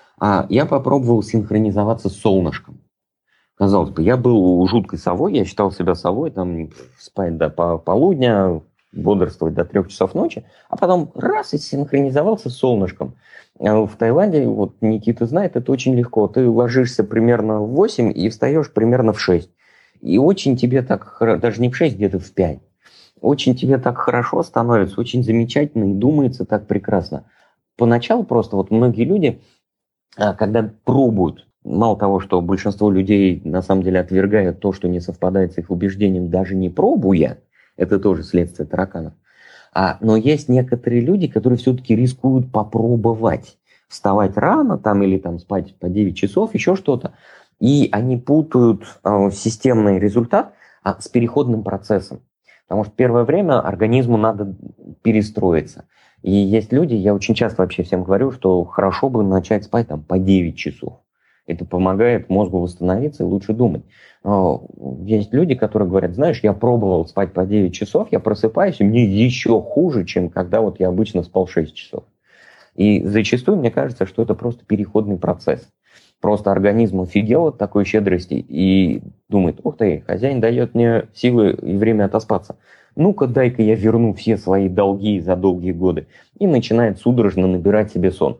я попробовал синхронизоваться с солнышком. Казалось бы, я был жуткой совой, я считал себя совой, там спать до полудня, бодрствовать до трех часов ночи, а потом раз и синхронизовался с солнышком. В Таиланде, вот Никита знает, это очень легко. Ты ложишься примерно в восемь и встаешь примерно в шесть. И очень тебе так, даже не в шесть, где-то в пять. Очень тебе так хорошо становится, очень замечательно и думается так прекрасно. Поначалу просто вот многие люди, когда пробуют, мало того, что большинство людей на самом деле отвергают то, что не совпадает с их убеждением, даже не пробуя, это тоже следствие тараканов. А, но есть некоторые люди, которые все-таки рискуют попробовать вставать рано там, или там, спать по девять часов, еще что-то. И они путают э, системный результат а, с переходным процессом. Потому что первое время организму надо перестроиться. И есть люди, я очень часто вообще всем говорю, что хорошо бы начать спать там, по девять часов. Это помогает мозгу восстановиться и лучше думать. Но есть люди, которые говорят: знаешь, я пробовал спать по девять часов, я просыпаюсь, и мне еще хуже, чем когда вот я обычно спал шесть часов. И зачастую мне кажется, что это просто переходный процесс. Просто организм офигел от такой щедрости и думает: ух ты, хозяин дает мне силы и время отоспаться. Ну-ка, дай-ка я верну все свои долги за долгие годы. И начинает судорожно набирать себе сон.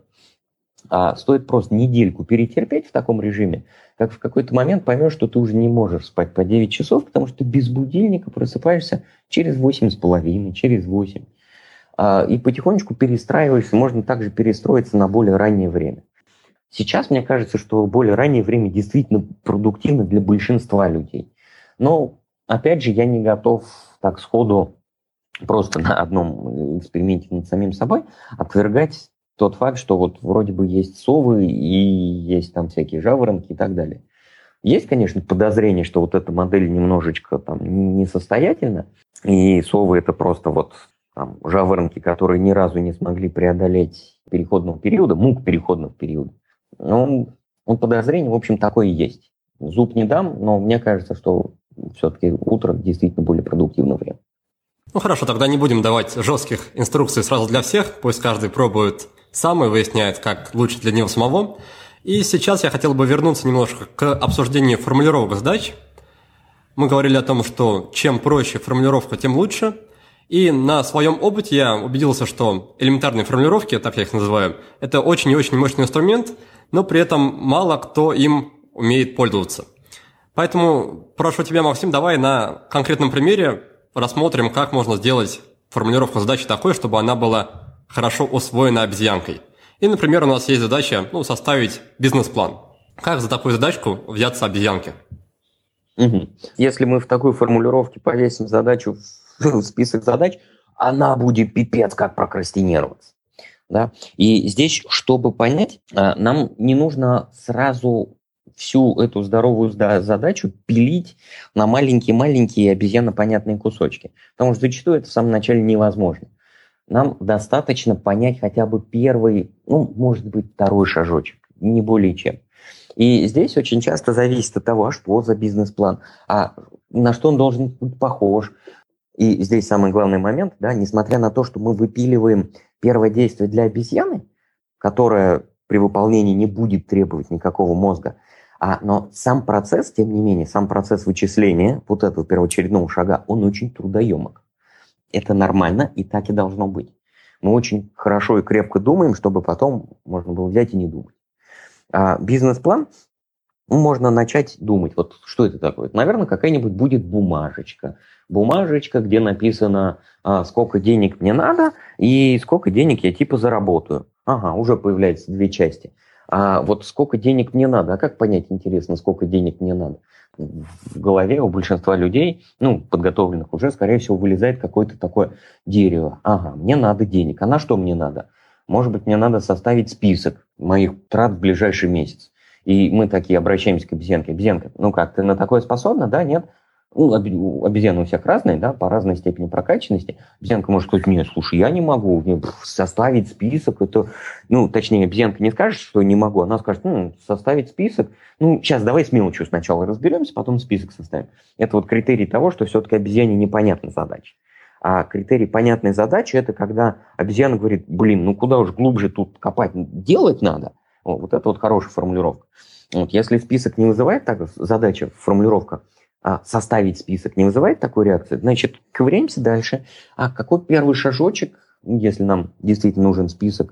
А стоит просто недельку перетерпеть в таком режиме, как в какой-то момент поймешь, что ты уже не можешь спать по девять часов, потому что ты без будильника просыпаешься через восемь с половиной, через восемь. И потихонечку перестраиваешься, можно также перестроиться на более раннее время. Сейчас мне кажется, что более раннее время действительно продуктивно для большинства людей. Но, опять же, я не готов так сходу просто на одном эксперименте над самим собой отвергать тот факт, что вот вроде бы есть совы и есть там всякие жаворонки и так далее. Есть, конечно, подозрение, что вот эта модель немножечко там несостоятельна, и совы это просто вот там жаворонки, которые ни разу не смогли преодолеть переходного периода, мук переходного периода. Ну, подозрение, в общем, такое и есть. Зуб не дам, но мне кажется, что все-таки утро действительно более продуктивное время. Ну хорошо, тогда не будем давать жестких инструкций сразу для всех, пусть каждый пробует сам и выясняет, как лучше для него самого. И сейчас я хотел бы вернуться немножко к обсуждению формулировок задач. Мы говорили о том, что чем проще формулировка, тем лучше. И на своем опыте я убедился, что элементарные формулировки, так я их называю, это очень и очень мощный инструмент, но при этом мало кто им умеет пользоваться. Поэтому прошу тебя, Максим, давай на конкретном примере рассмотрим, как можно сделать формулировку задачи такой, чтобы она была хорошо усвоена обезьянкой. И, например, у нас есть задача ну, составить бизнес-план. Как за такую задачку взяться обезьянке? Угу. Если мы в такой формулировке повесим задачу в список задач, она будет пипец как прокрастинироваться. Да? И здесь, чтобы понять, нам не нужно сразу всю эту здоровую задачу пилить на маленькие-маленькие обезьянопонятные кусочки. Потому что зачастую это в самом начале невозможно. Нам достаточно понять хотя бы первый, ну, может быть, второй шажочек, не более чем. И здесь очень часто зависит от того, что за бизнес-план, а на что он должен быть похож. И здесь самый главный момент, да, несмотря на то, что мы выпиливаем первое действие для обезьяны, которое при выполнении не будет требовать никакого мозга, а, но сам процесс, тем не менее, сам процесс вычисления вот этого первоочередного шага, он очень трудоемок. Это нормально, и так и должно быть. Мы очень хорошо и крепко думаем, чтобы потом можно было взять и не думать. А бизнес-план можно начать думать. Вот что это такое? Наверное, какая-нибудь будет бумажечка. Бумажечка, где написано, а, сколько денег мне надо и сколько денег я типа заработаю. Ага, уже появляются две части. А вот сколько денег мне надо? А как понять, интересно, сколько денег мне надо? В голове у большинства людей, ну, подготовленных уже, скорее всего, вылезает какое-то такое дерево. Ага, мне надо денег. А на что мне надо? Может быть, мне надо составить список моих трат в ближайший месяц. И мы такие обращаемся к обезьянке. Обезьянка, ну как, ты на такое способна? Да, нет? Ну, обезьяны у всех разные, да, по разной степени прокачанности. Обезьянка может сказать, нет, слушай, я не могу составить список. Это, ну, точнее, обезьянка не скажет, что не могу. Она скажет, ну, составить список. Ну, сейчас давай с мелочью сначала разберемся, потом список составим. Это вот критерий того, что все-таки обезьяне непонятна задача. А критерий понятной задачи – это когда обезьяна говорит, блин, ну куда уж глубже тут копать, делать надо. О, вот это вот хорошая формулировка. Вот, если список не вызывает так, задача, формулировка, а составить список не вызывает такой реакции, значит, ковыряемся дальше. А какой первый шажочек, если нам действительно нужен список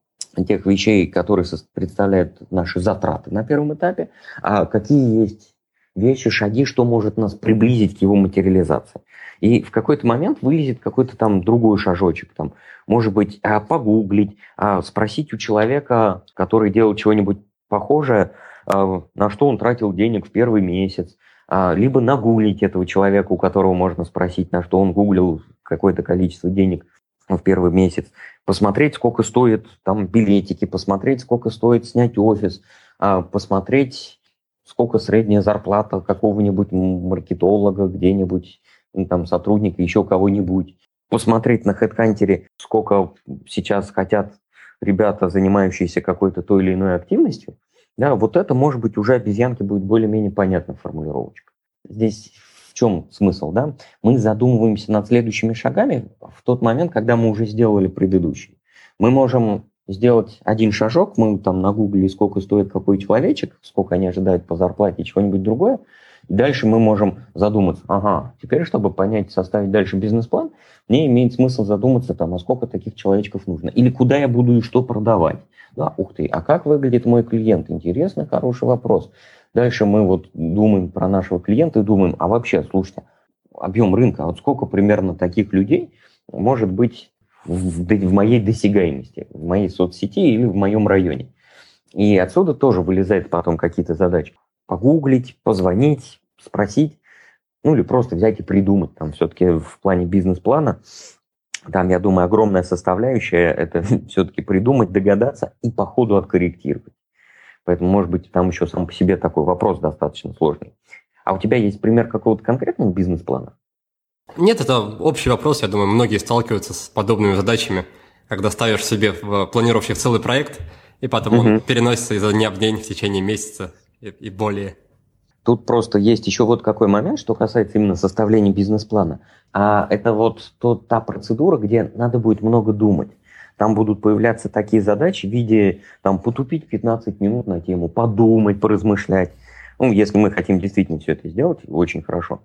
тех вещей, которые представляют наши затраты на первом этапе, а какие есть вещи, шаги, что может нас приблизить к его материализации. И в какой-то момент вылезет какой-то там другой шажочек. Там, может быть, а, погуглить, а, спросить у человека, который делал чего-нибудь похожее, а, на что он тратил денег в первый месяц. А, либо нагуглить этого человека, у которого можно спросить, на что он гуглил какое-то количество денег в первый месяц. Посмотреть, сколько стоит там билетики, посмотреть, сколько стоит снять офис, а, посмотреть, сколько средняя зарплата какого-нибудь маркетолога где-нибудь, ну, там, сотрудника, еще кого-нибудь. Посмотреть на HeadHunter, сколько сейчас хотят ребята, занимающиеся какой-то той или иной активностью. Да, вот это, может быть, уже обезьянке будет более-менее понятна формулировочка. Здесь в чем смысл? Да? Мы задумываемся над следующими шагами в тот момент, когда мы уже сделали предыдущий. Мы можем сделать один шажок, мы там нагуглили, сколько стоит какой человечек, сколько они ожидают по зарплате, чего-нибудь другое. И дальше мы можем задуматься, ага, теперь, чтобы понять, составить дальше бизнес-план, мне имеет смысл задуматься, там, а сколько таких человечков нужно, или куда я буду и что продавать. Да, ух ты, а как выглядит мой клиент? Интересно, хороший вопрос. Дальше мы вот думаем про нашего клиента и думаем, а вообще, слушайте, объем рынка, вот сколько примерно таких людей может быть в, в моей досягаемости, в моей соцсети или в моем районе. И отсюда тоже вылезают потом какие-то задачи. Погуглить, позвонить, спросить, ну или просто взять и придумать. Там все-таки в плане бизнес-плана, там, я думаю, огромная составляющая – это все-таки придумать, догадаться и по ходу откорректировать. Поэтому, может быть, там еще сам по себе такой вопрос достаточно сложный. А у тебя есть пример какого-то конкретного бизнес-плана? Нет, это общий вопрос. Я думаю, многие сталкиваются с подобными задачами, когда ставишь себе в планировщик целый проект, и потом угу. он переносится изо дня в день в течение месяца и, и более. Тут просто есть еще вот какой момент, что касается именно составления бизнес-плана. А это вот то, та процедура, где надо будет много думать. Там будут появляться такие задачи в виде там, потупить пятнадцать минут на тему, подумать, поразмышлять. Ну, если мы хотим действительно все это сделать, очень хорошо.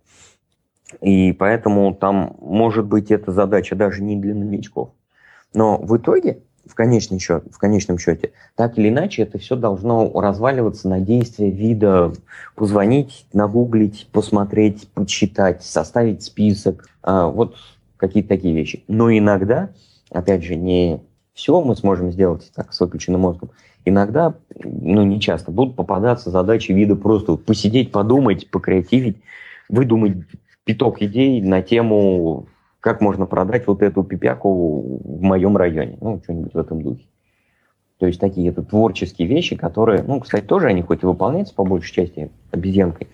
И поэтому там, может быть, эта задача даже не для новичков. Но в итоге, в конечном счете, в конечном счете, так или иначе, это все должно разваливаться на действие вида позвонить, нагуглить, посмотреть, почитать, составить список. А, вот какие-то такие вещи. Но иногда, опять же, не все мы сможем сделать так с выключенным мозгом. Иногда, ну не часто, будут попадаться задачи вида просто вот посидеть, подумать, покреативить, выдумать пяток идей на тему, как можно продать вот эту пипяку в моем районе. Ну, что-нибудь в этом духе. То есть такие это творческие вещи, которые, ну, кстати, тоже они хоть и выполняются по большей части обезьянкой,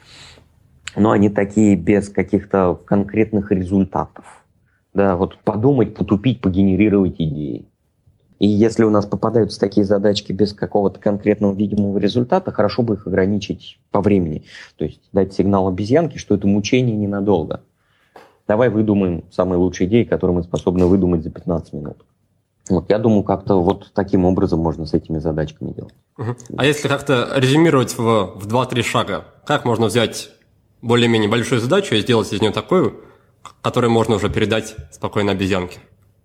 но они такие без каких-то конкретных результатов. Да, вот подумать, потупить, погенерировать идеи. И если у нас попадаются такие задачки без какого-то конкретного видимого результата, хорошо бы их ограничить по времени. То есть дать сигнал обезьянке, что это мучение ненадолго. Давай выдумаем самые лучшие идеи, которые мы способны выдумать за пятнадцать минут. Вот, я думаю, как-то вот таким образом можно с этими задачками делать. Uh-huh. А если как-то резюмировать в, в два-три шага, как можно взять более-менее большую задачу и сделать из нее такую, которую можно уже передать спокойно обезьянке?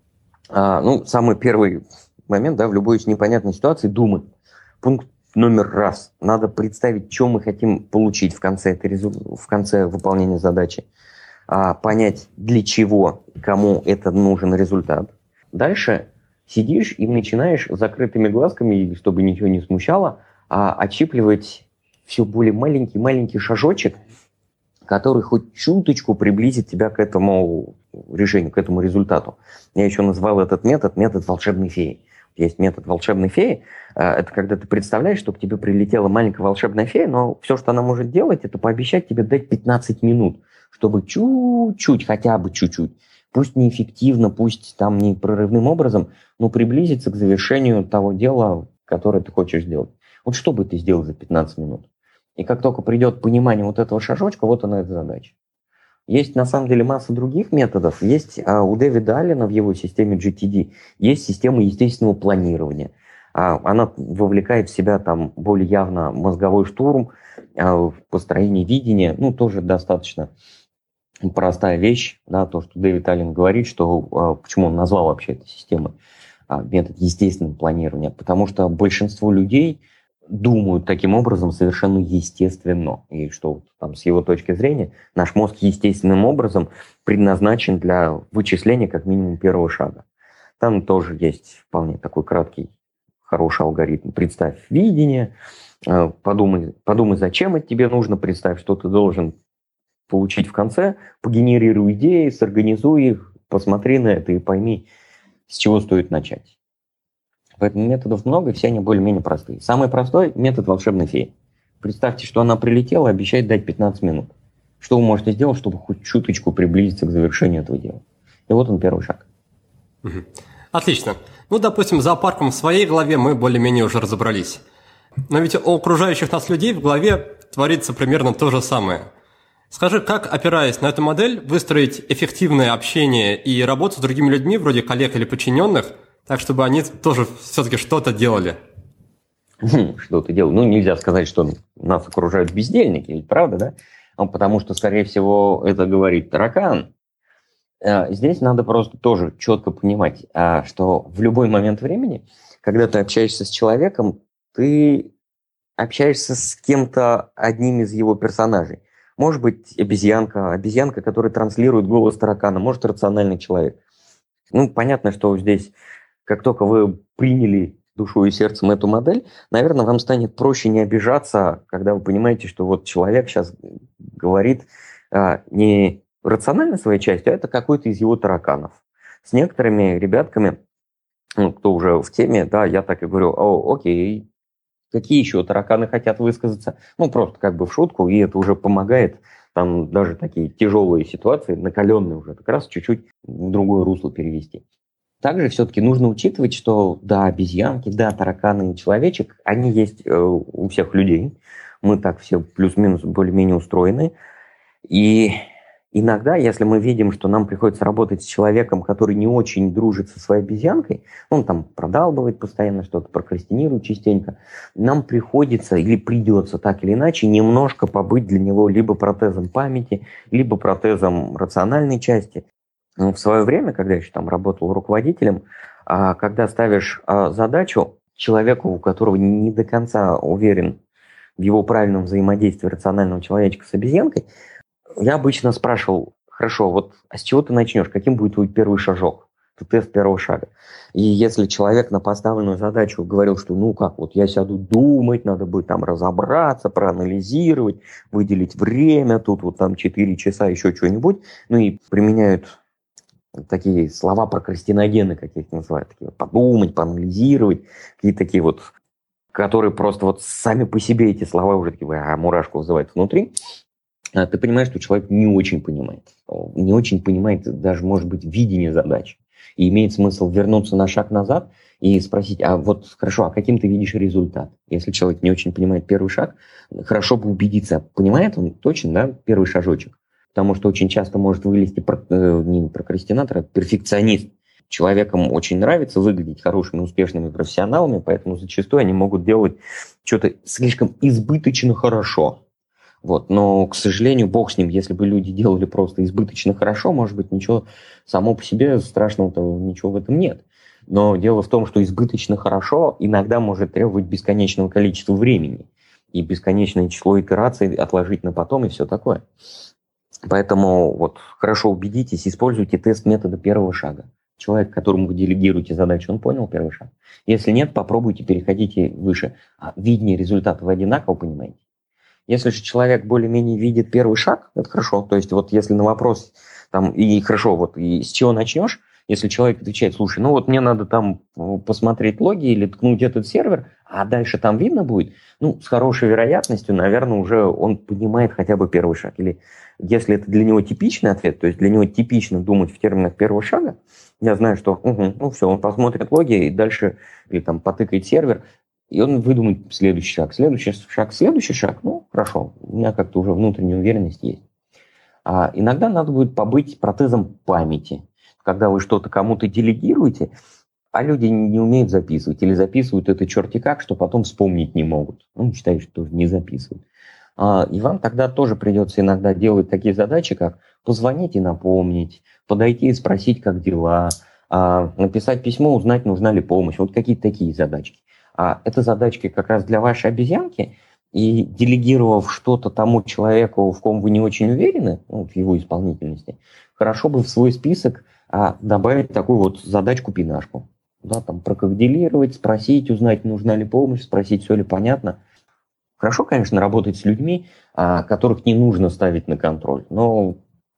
А, ну, самый первый момент, да, в любой непонятной ситуации думай. Пункт номер раз. Надо представить, что мы хотим получить в конце, этой резу... в конце выполнения задачи. А, понять, для чего, кому это нужен результат. Дальше сидишь и начинаешь закрытыми глазками, чтобы ничего не смущало, а, отщипливать все более маленький-маленький шажочек, который хоть чуточку приблизит тебя к этому решению, к этому результату. Я еще назвал этот метод метод волшебной феи. Есть метод волшебной феи. Это когда ты представляешь, что к тебе прилетела маленькая волшебная фея, но все, что она может делать, это пообещать тебе дать пятнадцать минут, чтобы чуть-чуть, хотя бы чуть-чуть, пусть неэффективно, пусть там не прорывным образом, но приблизиться к завершению того дела, которое ты хочешь сделать. Вот что бы ты сделал за пятнадцать минут? И как только придет понимание вот этого шажочка, вот она эта задача. Есть на самом деле масса других методов. Есть а, у Дэвида Аллена в его системе джи ти ди есть система естественного планирования. А, она вовлекает в себя там более явно мозговой штурм, а, построение видения. Ну, тоже достаточно простая вещь, да, то, что Дэвид Аллен говорит, что а, почему он назвал вообще эту систему а, метод естественного планирования. Потому что большинство людей думают таким образом совершенно естественно. И что там, с его точки зрения наш мозг естественным образом предназначен для вычисления как минимум первого шага. Там тоже есть вполне такой краткий, хороший алгоритм. Представь видение, подумай, подумай, зачем это тебе нужно, представь, что ты должен получить в конце, погенерируй идеи, сорганизуй их, посмотри на это и пойми, с чего стоит начать. Поэтому методов много, и все они более-менее простые. Самый простой метод волшебной феи. Представьте, что она прилетела, обещает дать пятнадцать минут. Что вы можете сделать, чтобы хоть чуточку приблизиться к завершению этого дела? И вот он, первый шаг. Угу. Отлично. Ну, допустим, с зоопарком в своей голове мы более-менее уже разобрались. Но ведь у окружающих нас людей в голове творится примерно то же самое. Скажи, как, опираясь на эту модель, выстроить эффективное общение и работу с другими людьми, вроде коллег или подчиненных, так, чтобы они тоже все-таки что-то делали? Что-то делали. Ну, нельзя сказать, что нас окружают бездельники, ведь правда, да? Ну, потому что, скорее всего, это говорит таракан. Здесь надо просто тоже четко понимать, что в любой момент времени, когда ты общаешься с человеком, ты общаешься с кем-то одним из его персонажей. Может быть, обезьянка, обезьянка, которая транслирует голос таракана, может, рациональный человек. Ну, понятно, что здесь, как только вы приняли душой и сердцем эту модель, наверное, вам станет проще не обижаться, когда вы понимаете, что вот человек сейчас говорит а, не рационально своей частью, а это какой-то из его тараканов. С некоторыми ребятками, ну, кто уже в теме, да, я так и говорю: о, окей, какие еще тараканы хотят высказаться? Ну, просто как бы в шутку, и это уже помогает там даже такие тяжелые ситуации, накаленные уже, как раз чуть-чуть в другое русло перевести. Также все-таки нужно учитывать, что да, обезьянки, да, тараканы и человечек, они есть э, у всех людей. Мы так все плюс-минус более-менее устроены. И иногда, если мы видим, что нам приходится работать с человеком, который не очень дружит со своей обезьянкой, он там продалбывает постоянно что-то, прокрастинирует частенько, нам приходится или придется так или иначе немножко побыть для него либо протезом памяти, либо протезом рациональной части. Но в свое время, когда я еще там работал руководителем, когда ставишь задачу человеку, у которого не до конца уверен в его правильном взаимодействии рационального человечка с обезьянкой, я обычно спрашивал: хорошо, вот а с чего ты начнешь? Каким будет твой первый шажок? Это тест первого шага. И если человек на поставленную задачу говорил, что ну как, вот я сяду думать, надо будет там разобраться, проанализировать, выделить время, тут вот там четыре часа, еще что-нибудь, ну и применяют такие слова прокрастиногены, как я их называю, такие вот, подумать, поанализировать, какие-то такие вот, которые просто вот сами по себе эти слова уже такие, а, мурашку вызывают внутри. Ты понимаешь, что человек не очень понимает. Не очень понимает даже, может быть, видение задачи. И имеет смысл вернуться на шаг назад и спросить: а вот хорошо, а каким ты видишь результат? Если человек не очень понимает первый шаг, хорошо бы убедиться, понимает он точно, да, первый шажочек. Потому что очень часто может вылезти не прокрастинатор, а перфекционист. Человекам очень нравится выглядеть хорошими, успешными профессионалами, поэтому зачастую они могут делать что-то слишком избыточно хорошо. Вот. Но, к сожалению, бог с ним, если бы люди делали просто избыточно хорошо, может быть, ничего само по себе страшного-то ничего в этом нет. Но дело в том, что избыточно хорошо иногда может требовать бесконечного количества времени и бесконечное число итераций отложить на потом и все такое. Поэтому вот хорошо убедитесь, используйте тест метода первого шага. Человек, которому вы делегируете задачу, он понял первый шаг? Если нет, попробуйте, переходите выше. А видение результата вы одинаково понимаете? Если же человек более-менее видит первый шаг, это хорошо. То есть вот если на вопрос, там, и хорошо, вот и с чего начнешь, если человек отвечает: слушай, ну вот мне надо там посмотреть логи или ткнуть этот сервер, а дальше там видно будет, ну, с хорошей вероятностью, наверное, уже он понимает хотя бы первый шаг. Или если это для него типичный ответ, то есть для него типично думать в терминах первого шага, я знаю, что, угу, ну все, он посмотрит логи и дальше или там потыкает сервер, и он выдумает следующий шаг. Следующий шаг, следующий шаг, ну, хорошо, у меня как-то уже внутренняя уверенность есть. А иногда надо будет побыть протезом памяти. Когда вы что-то кому-то делегируете, а люди не умеют записывать или записывают это черти как, что потом вспомнить не могут. Ну, считаю, что тоже не записывают. А, и вам тогда тоже придется иногда делать такие задачи, как позвонить и напомнить, подойти и спросить, как дела, а, написать письмо, узнать, нужна ли помощь. Вот какие-то такие задачки. А это задачки как раз для вашей обезьянки, и делегировав что-то тому человеку, в ком вы не очень уверены, ну, в его исполнительности, хорошо бы в свой список а, добавить такую вот задачку-пинашку. Да, там прокоординировать, спросить, узнать, нужна ли помощь, спросить, все ли понятно. Хорошо, конечно, работать с людьми, а, которых не нужно ставить на контроль, но,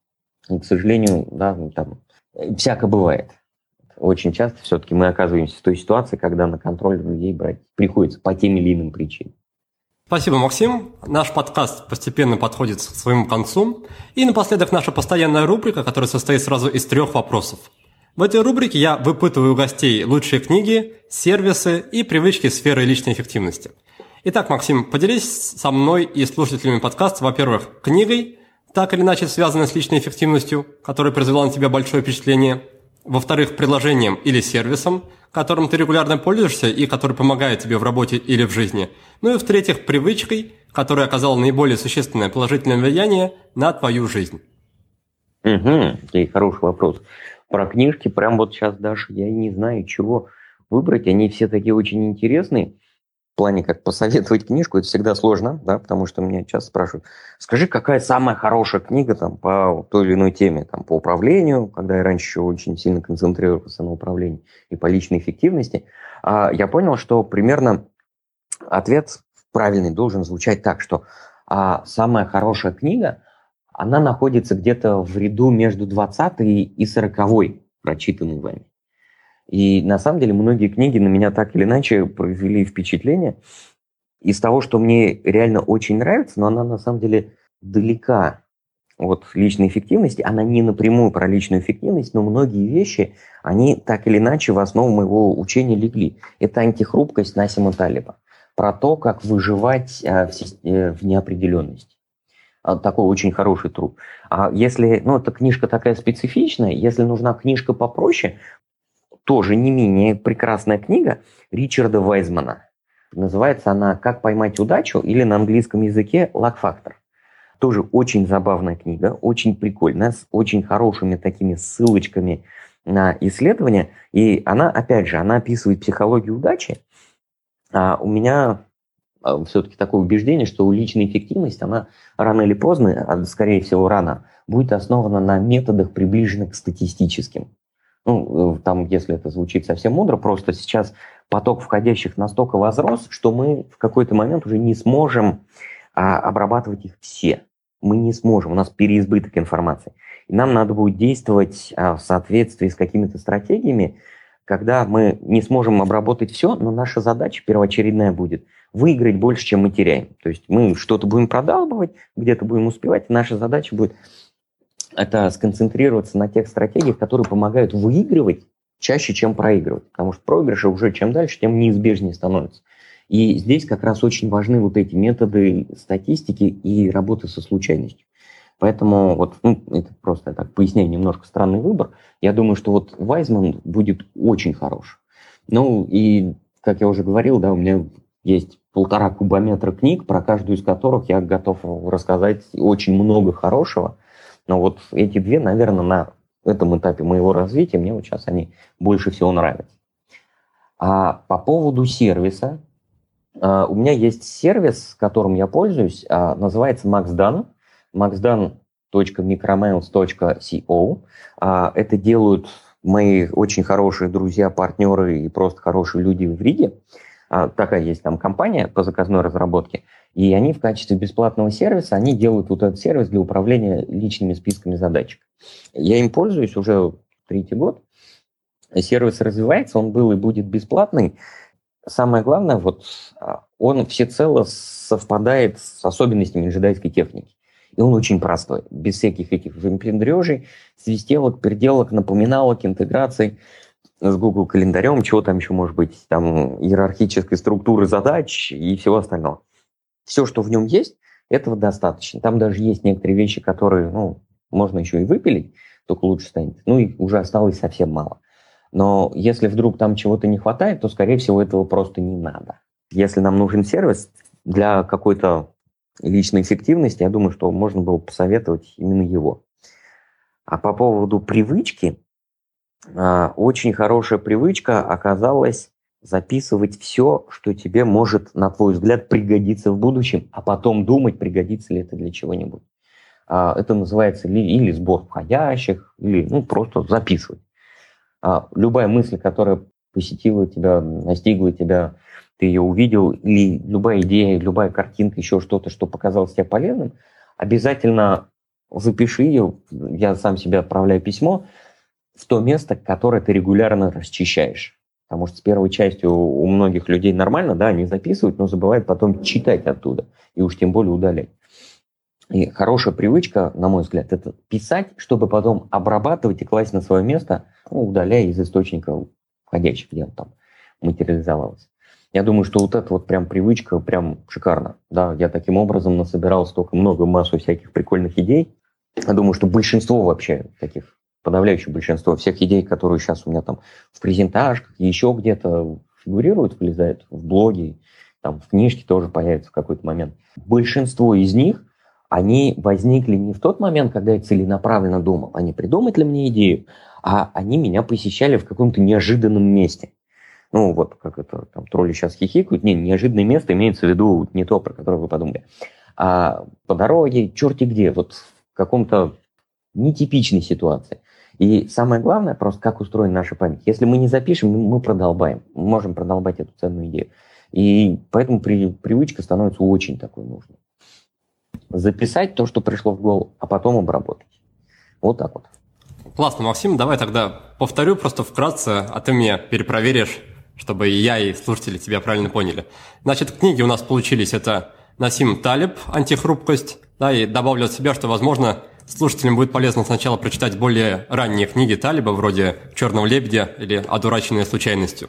к сожалению, да, там всяко бывает. Очень часто все-таки мы оказываемся в той ситуации, когда на контроль людей брать приходится по тем или иным причинам. Спасибо, Максим. Наш подкаст постепенно подходит к своему концу. И напоследок наша постоянная рубрика, которая состоит сразу из трех вопросов. В этой рубрике я выпытываю у гостей лучшие книги, сервисы и привычки сферы личной эффективности. Итак, Максим, поделись со мной и слушателями подкаста, во-первых, книгой, так или иначе связанной с личной эффективностью, которая произвела на тебя большое впечатление. Во-вторых, приложением или сервисом, которым ты регулярно пользуешься и который помогает тебе в работе или в жизни. Ну и в-третьих, привычкой, которая оказала наиболее существенное положительное влияние на твою жизнь. Угу, это хороший вопрос. Про книжки прям вот сейчас даже я не знаю, чего выбрать. Они все такие очень интересные. В плане, как посоветовать книжку, это всегда сложно, да, потому что меня часто спрашивают: скажи, какая самая хорошая книга там, по той или иной теме, там, по управлению, когда я раньше еще очень сильно концентрировался на управлении, и по личной эффективности. А я понял, что примерно ответ правильный должен звучать так, что а, самая хорошая книга, она находится где-то в ряду между двадцатой и сороковой, прочитанной вами. И на самом деле многие книги на меня так или иначе произвели впечатление из того, что мне реально очень нравится, но она на самом деле далека от личной эффективности. Она не напрямую про личную эффективность, но многие вещи, они так или иначе в основу моего учения легли. Это «Антихрупкость» Нассима Талеба. Про то, как выживать в неопределенности. такой очень хороший труд. А если, ну, эта книжка такая специфичная, если нужна книжка попроще, тоже не менее прекрасная книга Ричарда Вайзмана. Называется она «Как поймать удачу» или на английском языке «Luck Factor». Тоже очень забавная книга, очень прикольная, с очень хорошими такими ссылочками на исследования. И она, опять же, она описывает психологию удачи. А у меня все-таки такое убеждение, что личная эффективность, она рано или поздно, а скорее всего рано, будет основана на методах, приближенных к статистическим. Ну, там, если это звучит совсем мудро, просто сейчас поток входящих настолько возрос, что мы в какой-то момент уже не сможем а, обрабатывать их все. Мы не сможем, у нас переизбыток информации. И нам надо будет действовать а, в соответствии с какими-то стратегиями, когда мы не сможем обработать все, но наша задача первоочередная будет выиграть больше, чем мы теряем. То есть мы что-то будем продалбывать, где-то будем успевать, и наша задача будет это сконцентрироваться на тех стратегиях, которые помогают выигрывать чаще, чем проигрывать. Потому что проигрыши уже чем дальше, тем неизбежнее становятся. И здесь как раз очень важны вот эти методы статистики и работы со случайностью. Поэтому вот, ну, это просто я так поясняю, немножко странный выбор. Я думаю, что вот Вайзман будет очень хорош. Ну и, как я уже говорил, да, у меня есть полтора кубометра книг, про каждую из которых я готов рассказать очень много хорошего. Но вот эти две, наверное, на этом этапе моего развития мне вот сейчас они больше всего нравятся. А по поводу сервиса, у меня есть сервис, которым я пользуюсь, называется MaxDone, maxdone точка micromails точка co. Это делают мои очень хорошие друзья, партнеры и просто хорошие люди в Риге. Такая есть там компания по заказной разработке. И они в качестве бесплатного сервиса, они делают вот этот сервис для управления личными списками задачек. Я им пользуюсь уже третий год. Сервис развивается, он был и будет бесплатный. Самое главное, вот он всецело совпадает с особенностями джедайской техники. И он очень простой, без всяких этих выпендрежей, свистелок, переделок, напоминалок, интеграций с Google календарем, чего там еще может быть, там иерархической структуры задач и всего остального. Все, что в нем есть, этого достаточно. Там даже есть некоторые вещи, которые, ну, можно еще и выпилить, только лучше станет. Ну, и уже осталось совсем мало. Но если вдруг там чего-то не хватает, то, скорее всего, этого просто не надо. Если нам нужен сервис для какой-то личной эффективности, я думаю, что можно было посоветовать именно его. А по поводу привычки, очень хорошая привычка оказалась записывать все, что тебе может, на твой взгляд, пригодиться в будущем, а потом думать, пригодится ли это для чего-нибудь. Это называется или сбор входящих, или ну, просто записывать. Любая мысль, которая посетила тебя, настигла тебя, ты ее увидел, или любая идея, любая картинка, еще что-то, что показалось тебе полезным, обязательно запиши ее, я сам себе отправляю письмо, в то место, которое ты регулярно расчищаешь. Потому что с первой частью у многих людей нормально, да, они записывают, но забывают потом читать оттуда, и уж тем более удалять. И хорошая привычка, на мой взгляд, это писать, чтобы потом обрабатывать и класть на свое место, ну, удаляя из источника входящих, где он там материализовался. Я думаю, что вот эта вот прям привычка прям шикарна. Да, я таким образом насобирал столько много, массу всяких прикольных идей. Я думаю, что большинство вообще таких, подавляющее большинство всех идей, которые сейчас у меня там в презентажках, еще где-то фигурируют, влезают в блоги, там в книжке тоже появятся в какой-то момент. Большинство из них, они возникли не в тот момент, когда я целенаправленно думал, а не придумать ли мне идею, а они меня посещали в каком-то неожиданном месте. Ну, вот как это, там, тролли сейчас хихикают. Не, неожиданное место имеется в виду не то, про которое вы подумали. А по дороге, черти где, вот в каком-то нетипичной ситуации. И самое главное, просто как устроена наша память. Если мы не запишем, мы продолбаем. Мы можем продолбать эту ценную идею. И поэтому при, привычка становится очень такой нужной. Записать то, что пришло в голову, а потом обработать. Вот так вот. Классно, Максим. Давай тогда повторю просто вкратце, а ты мне перепроверишь, чтобы и я, и слушатели тебя правильно поняли. Значит, книги у нас получились. Это Насим Талеб «Антихрупкость». Да, и добавлю от себя, что, возможно, слушателям будет полезно сначала прочитать более ранние книги Талеба, вроде «Черного лебедя» или «Одураченные случайностью».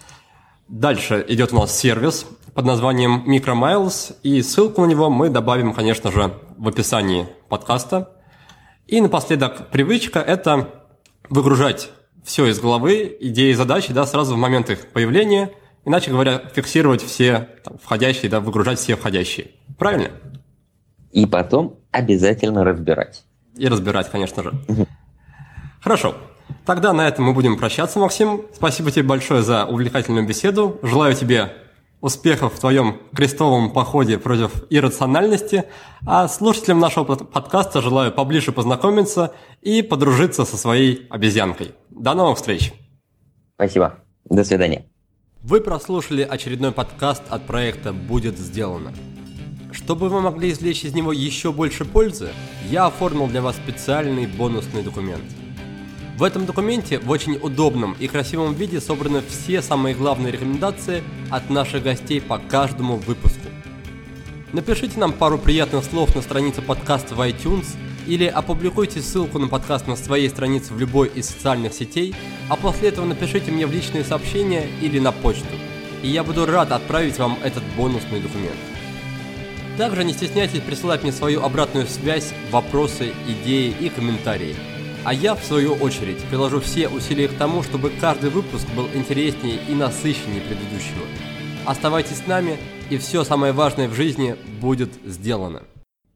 Дальше идет у нас сервис под названием MicroMiles, и ссылку на него мы добавим, конечно же, в описании подкаста. И напоследок привычка – это выгружать все из головы, идеи и задачи, да, сразу в момент их появления, иначе говоря, фиксировать все там, входящие, да, выгружать все входящие. Правильно? И потом обязательно разбирать. И разбирать, конечно же. Хорошо. Тогда на этом мы будем прощаться, Максим. Спасибо тебе большое за увлекательную беседу. Желаю тебе успехов в твоем крестовом походе против иррациональности. А слушателям нашего подкаста желаю поближе познакомиться и подружиться со своей обезьянкой. До новых встреч. Спасибо. До свидания. Вы прослушали очередной подкаст от проекта «Будет сделано». Чтобы вы могли извлечь из него еще больше пользы, я оформил для вас специальный бонусный документ. В этом документе в очень удобном и красивом виде собраны все самые главные рекомендации от наших гостей по каждому выпуску. Напишите нам пару приятных слов на странице подкаста в iTunes или опубликуйте ссылку на подкаст на своей странице в любой из социальных сетей, а после этого напишите мне в личные сообщения или на почту, и я буду рад отправить вам этот бонусный документ. Также не стесняйтесь присылать мне свою обратную связь, вопросы, идеи и комментарии. А я, в свою очередь, приложу все усилия к тому, чтобы каждый выпуск был интереснее и насыщеннее предыдущего. Оставайтесь с нами, и все самое важное в жизни будет сделано.